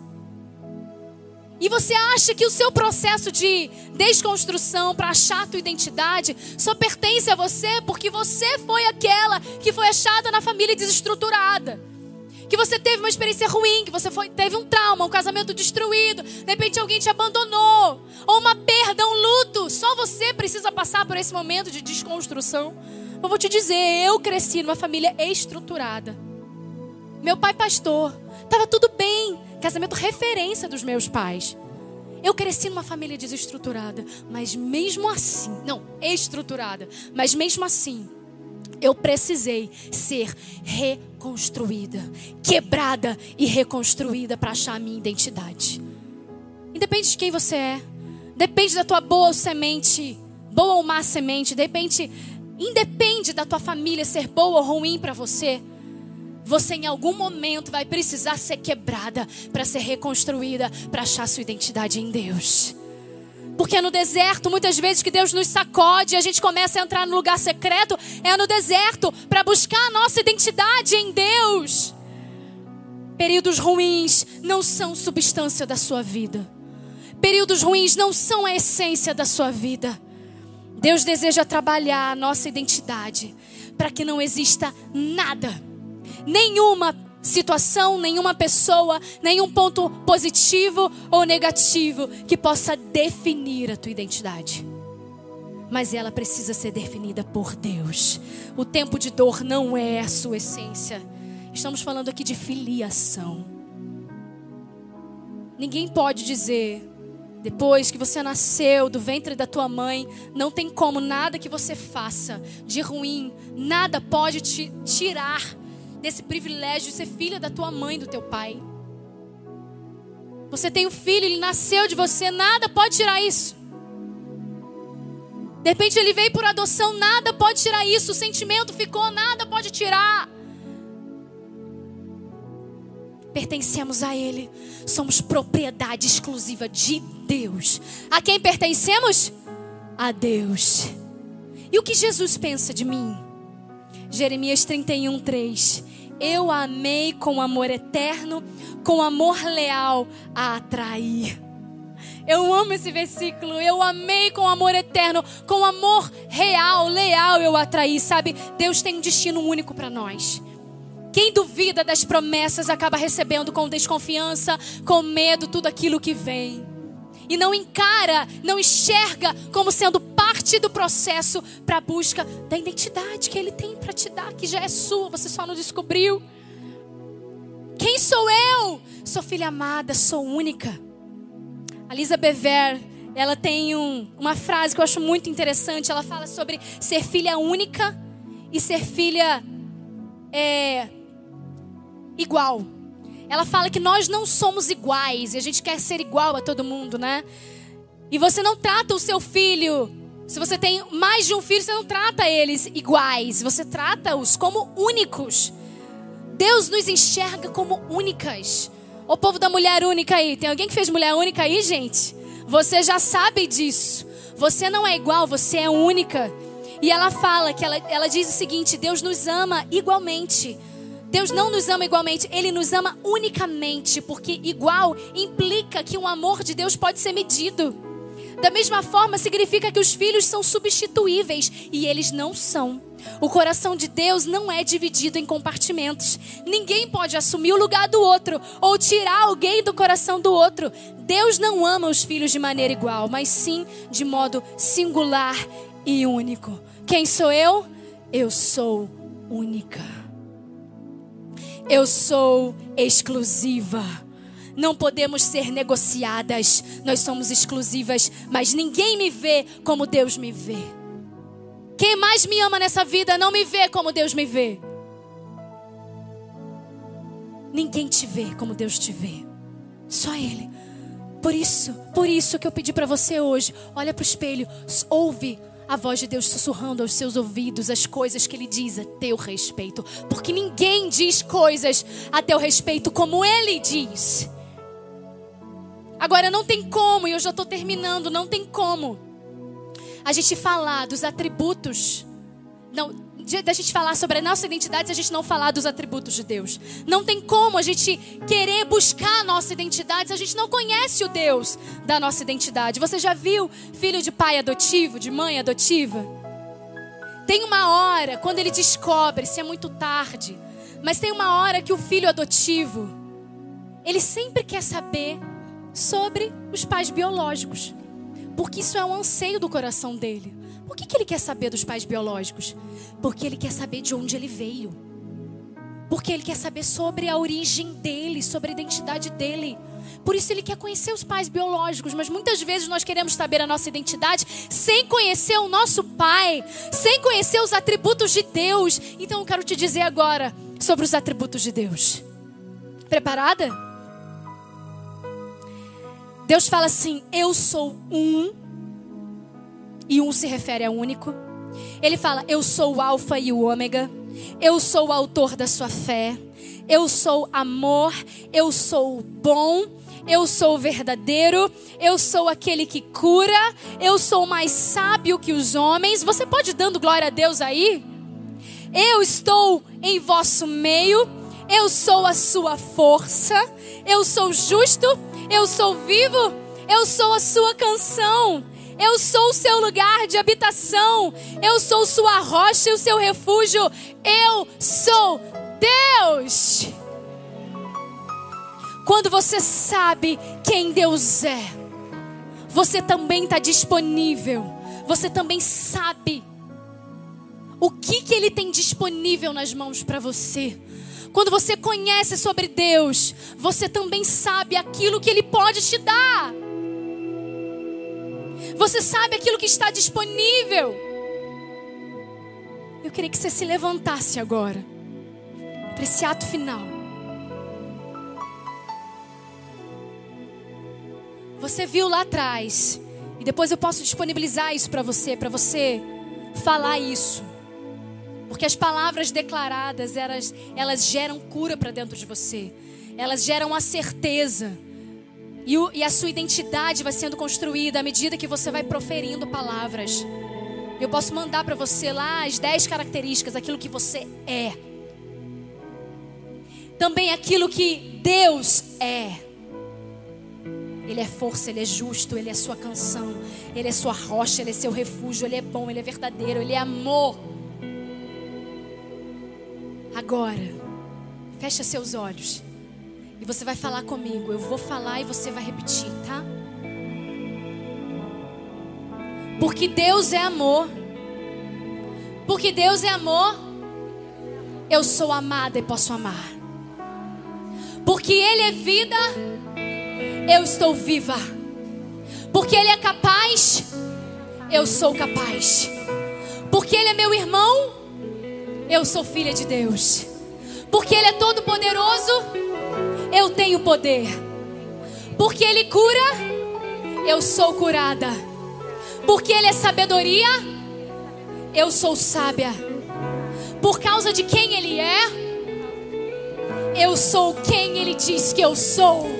E você acha que o seu processo de desconstrução para achar a tua identidade só pertence a você porque você foi aquela que foi achada na família desestruturada. Que você teve uma experiência ruim, que você teve um trauma, um casamento destruído, de repente alguém te abandonou, ou uma perda, um luto. Só você precisa passar por esse momento de desconstrução. Eu vou te dizer, eu cresci numa família estruturada. Meu pai pastor, estava tudo bem. Casamento referência dos meus pais. Eu cresci numa família desestruturada, mas mesmo assim, estruturada, mas mesmo assim, eu precisei ser reconstruída, quebrada e reconstruída para achar a minha identidade. Independe de quem você é, depende da tua boa ou má semente, independe da tua família ser boa ou ruim para você. Você em algum momento vai precisar ser quebrada para ser reconstruída, para achar sua identidade em Deus. Porque é no deserto, muitas vezes, que Deus nos sacode e a gente começa a entrar no lugar secreto. É no deserto para buscar a nossa identidade em Deus. Períodos ruins não são substância da sua vida. Períodos ruins não são a essência da sua vida. Deus deseja trabalhar a nossa identidade para que não exista nada, nenhuma situação, nenhuma pessoa, nenhum ponto positivo ou negativo que possa definir a tua identidade. mas ela precisa ser definida por Deus. O tempo de dor não é a sua essência. Estamos falando aqui de filiação. Ninguém pode dizer, depois que você nasceu do ventre da tua mãe, não tem como, nada que você faça de ruim, nada pode te tirar desse privilégio de ser filha da tua mãe e do teu pai. Você tem um filho, ele nasceu de você, nada pode tirar isso. De repente ele veio por adoção, nada pode tirar isso. O sentimento ficou, nada pode tirar. Pertencemos a Ele. Somos propriedade exclusiva de Deus. A quem pertencemos? A Deus. E o que Jesus pensa de mim? Jeremias 31:3. Eu a amei com amor eterno, com amor leal a atrair. Eu amo esse versículo. Eu amei com amor eterno, com amor real, leal eu atraí. Sabe, Deus tem um destino único para nós. Quem duvida das promessas acaba recebendo com desconfiança, com medo, tudo aquilo que vem. E não encara, não enxerga como sendo parte do processo para a busca da identidade que Ele tem para te dar, que já é sua, você só não descobriu. Quem sou eu? Sou filha amada, sou única. A Lisa Bever, ela tem uma frase que eu acho muito interessante. Ela fala sobre ser filha única e ser filha igual. Ela fala que nós não somos iguais e a gente quer ser igual a todo mundo, né? E você não trata o seu filho, se você tem mais de um filho, você não trata eles iguais, você trata-os como únicos. Deus nos enxerga como únicas. O povo da mulher única aí, tem alguém que fez mulher única aí, gente? Você já sabe disso. Você não é igual, você é única. E ela fala, que ela diz o seguinte: Deus nos ama igualmente. Deus não nos ama igualmente, Ele nos ama unicamente, porque igual implica que o amor de Deus pode ser medido. Da mesma forma, significa que os filhos são substituíveis, e eles não são. O coração de Deus não é dividido em compartimentos. Ninguém pode assumir o lugar do outro, ou tirar alguém do coração do outro. Deus não ama os filhos de maneira igual, mas sim de modo singular e único. Quem sou eu? Eu sou única. Eu sou exclusiva. Não podemos ser negociadas. Nós somos exclusivas, mas ninguém me vê como Deus me vê. Quem mais me ama nessa vida não me vê como Deus me vê. Ninguém te vê como Deus te vê. Só Ele. Por isso que eu pedi para você hoje, olha para o espelho, ouve a voz de Deus sussurrando aos seus ouvidos as coisas que Ele diz a teu respeito. Porque ninguém diz coisas a teu respeito como Ele diz. Agora não tem como, e eu já estou terminando, não tem como a gente falar dos atributos, da gente falar sobre a nossa identidade se a gente não falar dos atributos de Deus. Não tem como a gente querer buscar a nossa identidade se a gente não conhece o Deus da nossa identidade. Você já viu filho de pai adotivo, de mãe adotiva? Tem uma hora, quando ele descobre, se é muito tarde, mas tem uma hora que o filho adotivo, ele sempre quer saber sobre os pais biológicos, porque isso é um anseio do coração dele. Por que ele quer saber dos pais biológicos? Porque ele quer saber de onde ele veio. Porque ele quer saber sobre a origem dele, sobre a identidade dele. Por isso ele quer conhecer os pais biológicos. Mas muitas vezes nós queremos saber a nossa identidade sem conhecer o nosso pai, sem conhecer os atributos de Deus. Então eu quero te dizer agora sobre os atributos de Deus. Preparada? Deus fala assim: eu sou um. E um se refere a único. Ele fala: eu sou o alfa e o ômega. Eu sou o autor da sua fé. Eu sou amor. Eu sou bom. Eu sou o verdadeiro. Eu sou aquele que cura. Eu sou mais sábio que os homens. Você pode ir dando glória a Deus aí? Eu estou em vosso meio. Eu sou a sua força. Eu sou justo. Eu sou vivo. Eu sou a sua canção. Eu sou o seu lugar de habitação. Eu sou sua rocha e o seu refúgio. Eu sou Deus. Quando você sabe quem Deus é, você também está disponível você também sabe o que Ele tem disponível nas mãos para você. Quando você conhece sobre Deus, você também sabe aquilo que Ele pode te dar. Você sabe aquilo que está disponível. Eu queria que você se levantasse agora, para esse ato final. Você viu lá atrás, e depois eu posso disponibilizar isso para você falar isso. Porque as palavras declaradas, elas geram cura para dentro de você. Elas geram a certeza. E a sua identidade vai sendo construída à medida que você vai proferindo palavras. Eu posso mandar para você lá as 10 características, aquilo que você é. Também aquilo que Deus é. Ele é força, Ele é justo, Ele é sua canção, Ele é sua rocha, Ele é seu refúgio, Ele é bom, Ele é verdadeiro, Ele é amor. Agora, fecha seus olhos e você vai falar comigo. Eu vou falar e você vai repetir, tá? Porque Deus é amor. Porque Deus é amor, eu sou amada e posso amar. Porque Ele é vida, eu estou viva. Porque Ele é capaz, eu sou capaz. Porque Ele é meu irmão, eu sou filha de Deus. Porque Ele é todo poderoso, eu tenho poder. Porque Ele cura, eu sou curada. Porque Ele é sabedoria, eu sou sábia. Por causa de quem Ele é, eu sou quem Ele diz que eu sou.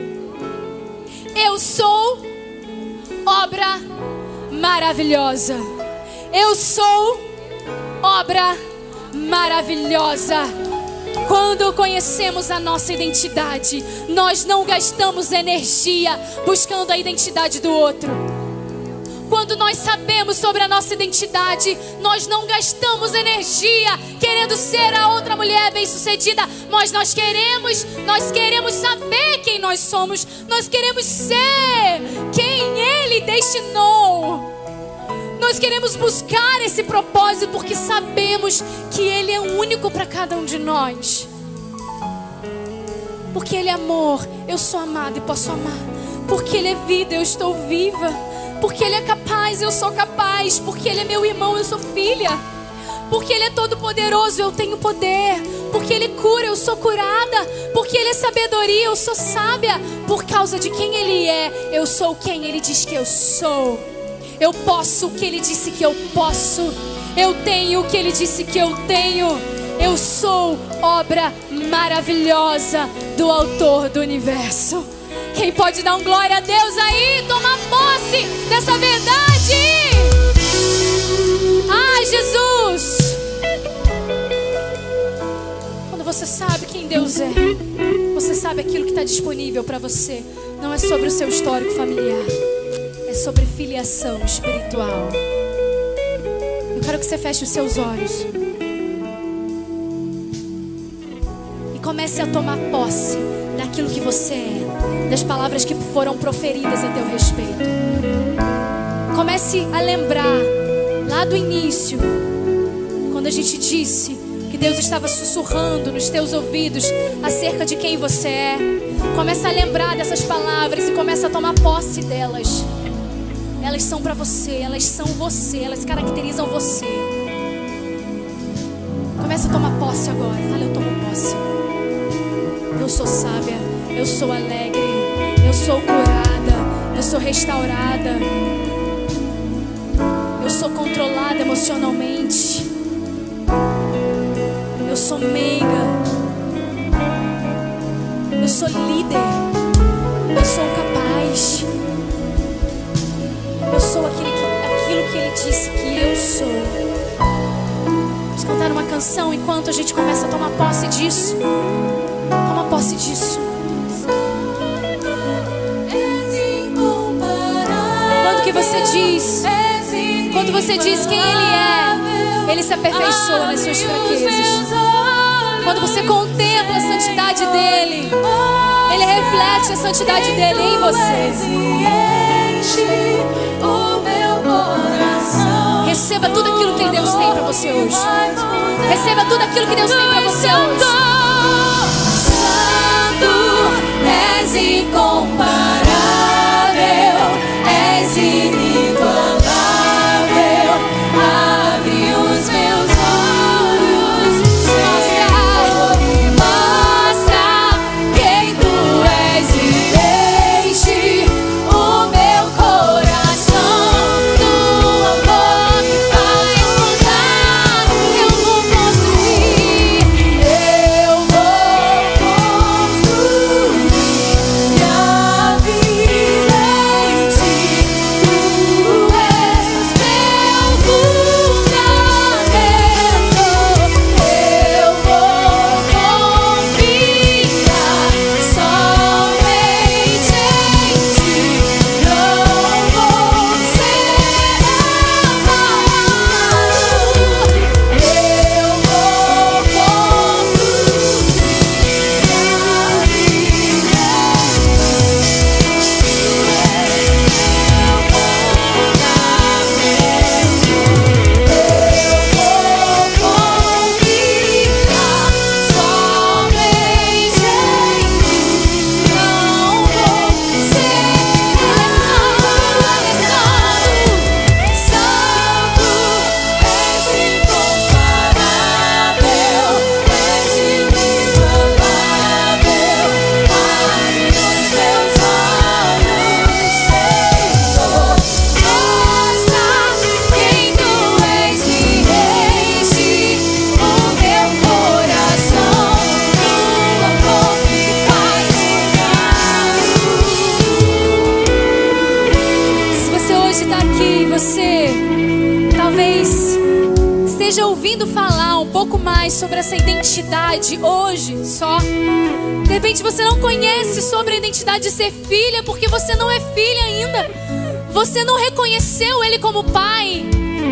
Eu sou obra maravilhosa. Eu sou obra maravilhosa. Quando conhecemos a nossa identidade, nós não gastamos energia buscando a identidade do outro. Quando nós sabemos sobre a nossa identidade, nós não gastamos energia querendo ser a outra mulher bem-sucedida. Mas nós queremos saber quem nós somos. Nós queremos ser quem Ele destinou. Nós queremos buscar esse propósito porque sabemos que Ele é único para cada um de nós. Porque Ele é amor, eu sou amada e posso amar. Porque Ele é vida, eu estou viva. Porque Ele é capaz, eu sou capaz. Porque Ele é meu irmão, eu sou filha. Porque Ele é todo poderoso, eu tenho poder. Porque Ele cura, eu sou curada. Porque Ele é sabedoria, eu sou sábia. Por causa de quem Ele é, eu sou quem Ele diz que eu sou. Eu posso o que Ele disse que eu posso. Eu tenho o que Ele disse que eu tenho. Eu sou obra maravilhosa do Autor do universo. Quem pode dar um glória a Deus aí? Toma posse dessa verdade. Ai, Jesus. Quando você sabe quem Deus é, você sabe aquilo que está disponível para você. Não é sobre o seu histórico familiar, é sobre filiação espiritual. Eu quero que você feche os seus olhos e comece a tomar posse daquilo que você é, das palavras que foram proferidas a teu respeito. Comece a lembrar lá do início, quando a gente disse que Deus estava sussurrando nos teus ouvidos acerca de quem você é. Comece a lembrar dessas palavras e comece a tomar posse delas. Elas são para você, elas são você, elas caracterizam você. Comece a tomar posse agora. Fala, eu tomo posse. Eu sou sábia, eu sou alegre, eu sou curada, eu sou restaurada, eu sou controlada emocionalmente, eu sou meiga, eu sou líder, eu sou capaz, eu sou aquilo que Ele disse que eu sou. Vamos cantar uma canção enquanto a gente começa a tomar posse disso. Toma posse disso. Quando você diz quem Ele é, Ele se aperfeiçoa nas suas fraquezas. Quando você contempla a santidade dEle, Ele reflete a santidade dEle em você. O meu coração você hoje. Receba tudo aquilo que Deus tem para você hoje. Santo, és incomparável, és inigualável. Abre os meus olhos, Senhor, mostra quem tu és e enche o meu coração do amor que faz mudar. Eu vou construir minha vida em ti. Tu és meu fundamento. Eu vou confiar somente em ti. Não vou ser abalado. Eu vou construir minha vida. Se você hoje está aqui, você talvez esteja ouvindo falar um pouco mais sobre essa identidade hoje só. De repente você não conhece sobre a identidade de ser filha porque você não é filha ainda. Você não reconheceu Ele como pai.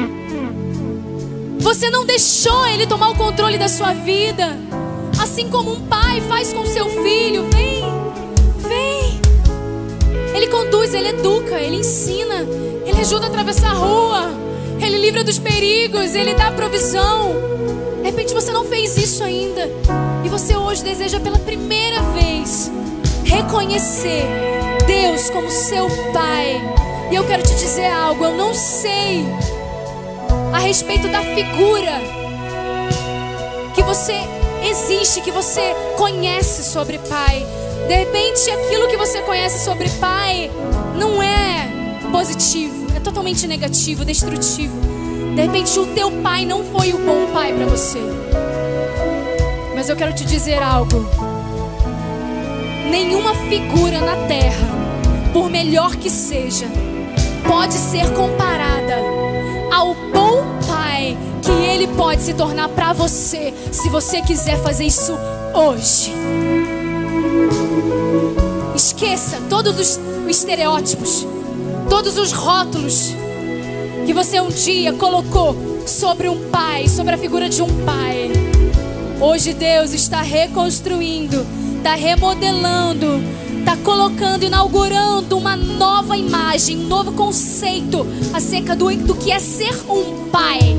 Você não deixou Ele tomar o controle da sua vida. Assim como um pai faz com seu filho. Vem, vem. Ele conduz, Ele educa, Ele ensina, Ele ajuda a atravessar a rua, Ele livra dos perigos, Ele dá provisão. De repente você não fez isso ainda e você hoje deseja pela primeira vez reconhecer Deus como seu pai. E eu quero te dizer algo, eu não sei a respeito da figura que você existe, que você conhece sobre pai. De repente aquilo que você conhece sobre pai não é positivo, é totalmente negativo, destrutivo. De repente o teu pai não foi o bom pai para você. Mas eu quero te dizer algo. Nenhuma figura na terra, por melhor que seja, pode ser comparada ao bom pai que Ele pode se tornar para você, se você quiser fazer isso hoje. Esqueça todos os estereótipos, todos os rótulos que você um dia colocou sobre um pai, sobre a figura de um pai. Hoje Deus está reconstruindo, está remodelando, está colocando, inaugurando uma nova imagem, um novo conceito acerca do que é ser um pai.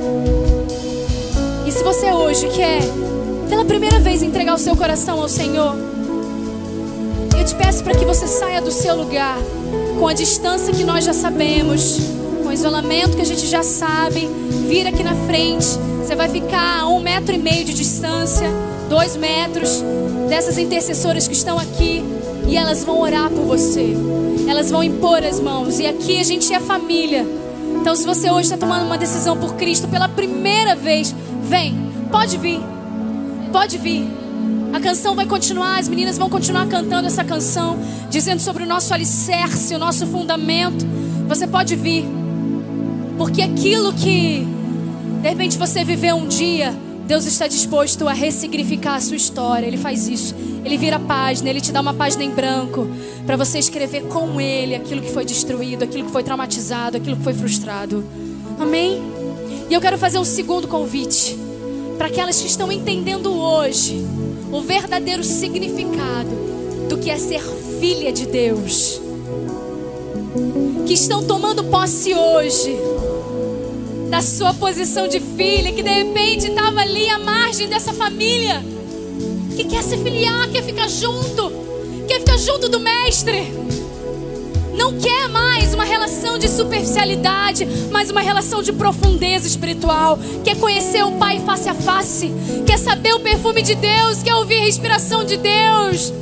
E se você hoje quer pela primeira vez entregar o seu coração ao Senhor, eu te peço para que você saia do seu lugar, com a distância que nós já sabemos, com o isolamento que a gente já sabe. Vira aqui na frente. Você vai ficar a 1,5 metro de distância, 2 metros dessas intercessoras que estão aqui, e elas vão orar por você. Elas vão impor as mãos. E aqui a gente é família. Então se você hoje está tomando uma decisão por Cristo pela primeira vez, vem, pode vir. Pode vir. A canção vai continuar, as meninas vão continuar cantando essa canção, dizendo sobre o nosso alicerce, o nosso fundamento. Você pode vir, porque aquilo que de repente você viveu um dia, Deus está disposto a ressignificar a sua história. Ele faz isso, Ele vira a página, Ele te dá uma página em branco para você escrever com Ele aquilo que foi destruído, aquilo que foi traumatizado, aquilo que foi frustrado. Amém? E eu quero fazer um segundo convite para aquelas que estão entendendo hoje o verdadeiro significado do que é ser filha de Deus, que estão tomando posse hoje da sua posição de filha, que de repente estava ali à margem dessa família, que quer se filiar, quer ficar junto do mestre. Não quer mais uma relação de superficialidade, mas uma relação de profundeza espiritual. Quer conhecer o Pai face a face. Quer saber o perfume de Deus. Quer ouvir a respiração de Deus.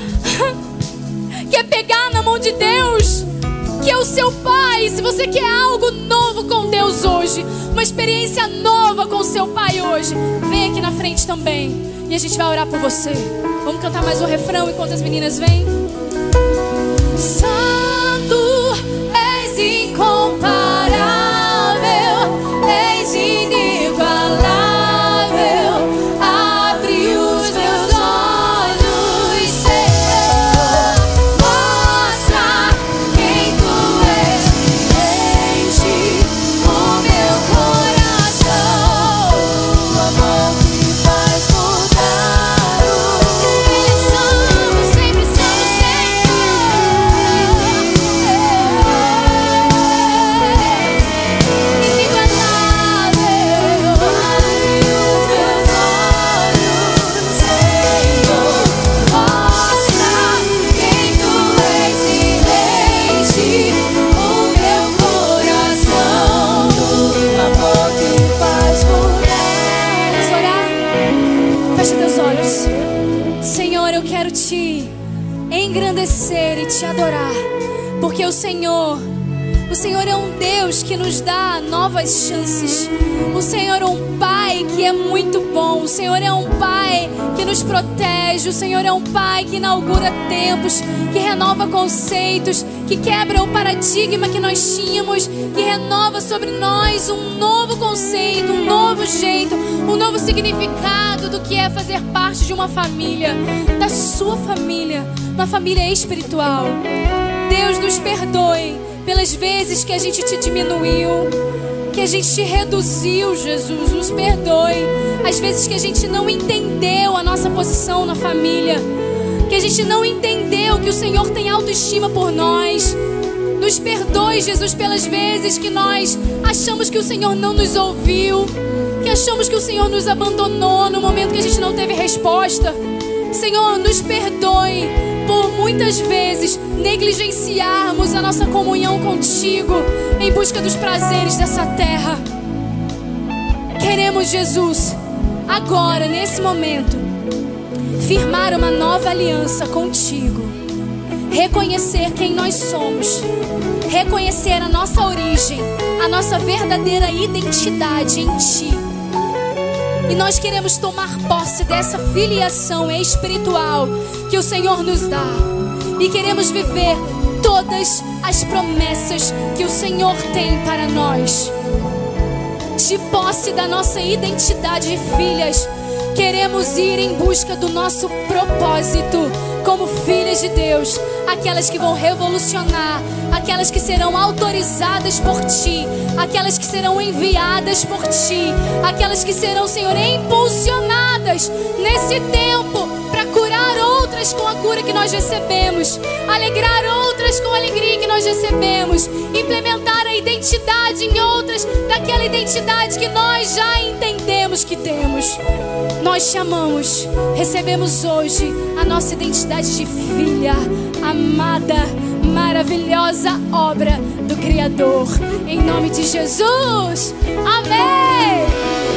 Quer pegar na mão de Deus, que é o seu Pai. Se você quer algo novo com Deus hoje, uma experiência nova com o seu Pai hoje, vem aqui na frente também, e a gente vai orar por você. Vamos cantar mais um refrão enquanto as meninas vêm. Santo, és incomparável, és inigualável. Abre os meus olhos, Senhor, mostra quem tu és. Enche o meu coração, o amor que faz mudar o Ele somos, sempre somos, Senhor. Senhor, eu quero te engrandecer e te adorar, porque o Senhor é um Deus que nos dá novas chances. O Senhor é um Pai que é muito bom. O Senhor é um Pai que nos protege. O Senhor é um Pai que inaugura tempos, que renova conceitos, que quebra o paradigma que nós tínhamos, que renova sobre nós um novo conceito, um novo jeito, um novo significado do que é fazer parte de uma família, da sua família, uma família espiritual. Deus, nos perdoe pelas vezes que a gente te diminuiu, que a gente te reduziu, Jesus. Nos perdoe as vezes que a gente não entendeu a nossa posição na família, que a gente não entendeu que o Senhor tem autoestima por nós. Nos perdoe, Jesus, pelas vezes que nós achamos que o Senhor não nos ouviu, que achamos que o Senhor nos abandonou no momento que a gente não teve resposta. Senhor, nos perdoe por muitas vezes negligenciarmos a nossa comunhão contigo em busca dos prazeres dessa terra. Queremos, Jesus, agora, nesse momento, firmar uma nova aliança contigo, reconhecer quem nós somos, reconhecer a nossa origem, a nossa verdadeira identidade em ti. E nós queremos tomar posse dessa filiação espiritual que o Senhor nos dá. E queremos viver todas as promessas que o Senhor tem para nós. De posse da nossa identidade de filhas, queremos ir em busca do nosso propósito como filhas de Deus, aquelas que vão revolucionar, aquelas que serão autorizadas por ti, aquelas que serão enviadas por ti, aquelas que serão, Senhor, impulsionadas nesse tempo para curar outras com a cura que nós recebemos, alegrar outras com a alegria que nós recebemos, implementar a identidade em outras daquela identidade que nós já entendemos que temos. Nós te amamos, recebemos hoje a nossa identidade de filha, amada, maravilhosa obra do Criador. Em nome de Jesus, amém,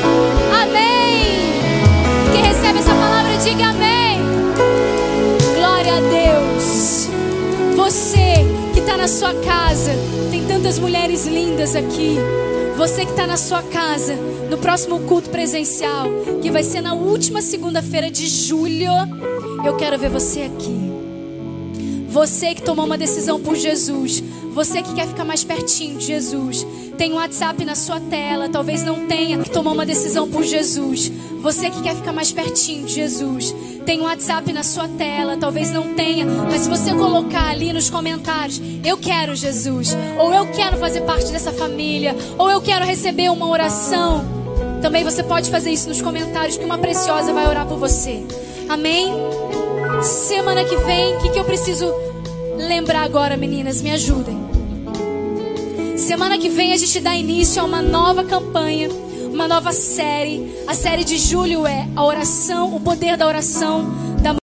amém. Quem recebe essa palavra, diga amém. Glória a Deus. Você que está na sua casa, tem tantas mulheres lindas aqui. Você que está na sua casa, no próximo culto presencial, que vai ser na última segunda-feira de julho, eu quero ver você aqui. Você que tomou uma decisão por Jesus, você que quer ficar mais pertinho de Jesus, tem um WhatsApp na sua tela, talvez não tenha, que tomou uma decisão por Jesus. Você que quer ficar mais pertinho de Jesus, tem um WhatsApp na sua tela, talvez não tenha, mas se você colocar ali nos comentários, eu quero Jesus, ou eu quero fazer parte dessa família, ou eu quero receber uma oração, também você pode fazer isso nos comentários, que uma preciosa vai orar por você. Amém? Semana que vem, o que eu preciso lembrar agora, meninas? Me ajudem. Semana que vem a gente dá início a uma nova campanha, uma nova série. A série de julho é a oração, o poder da oração.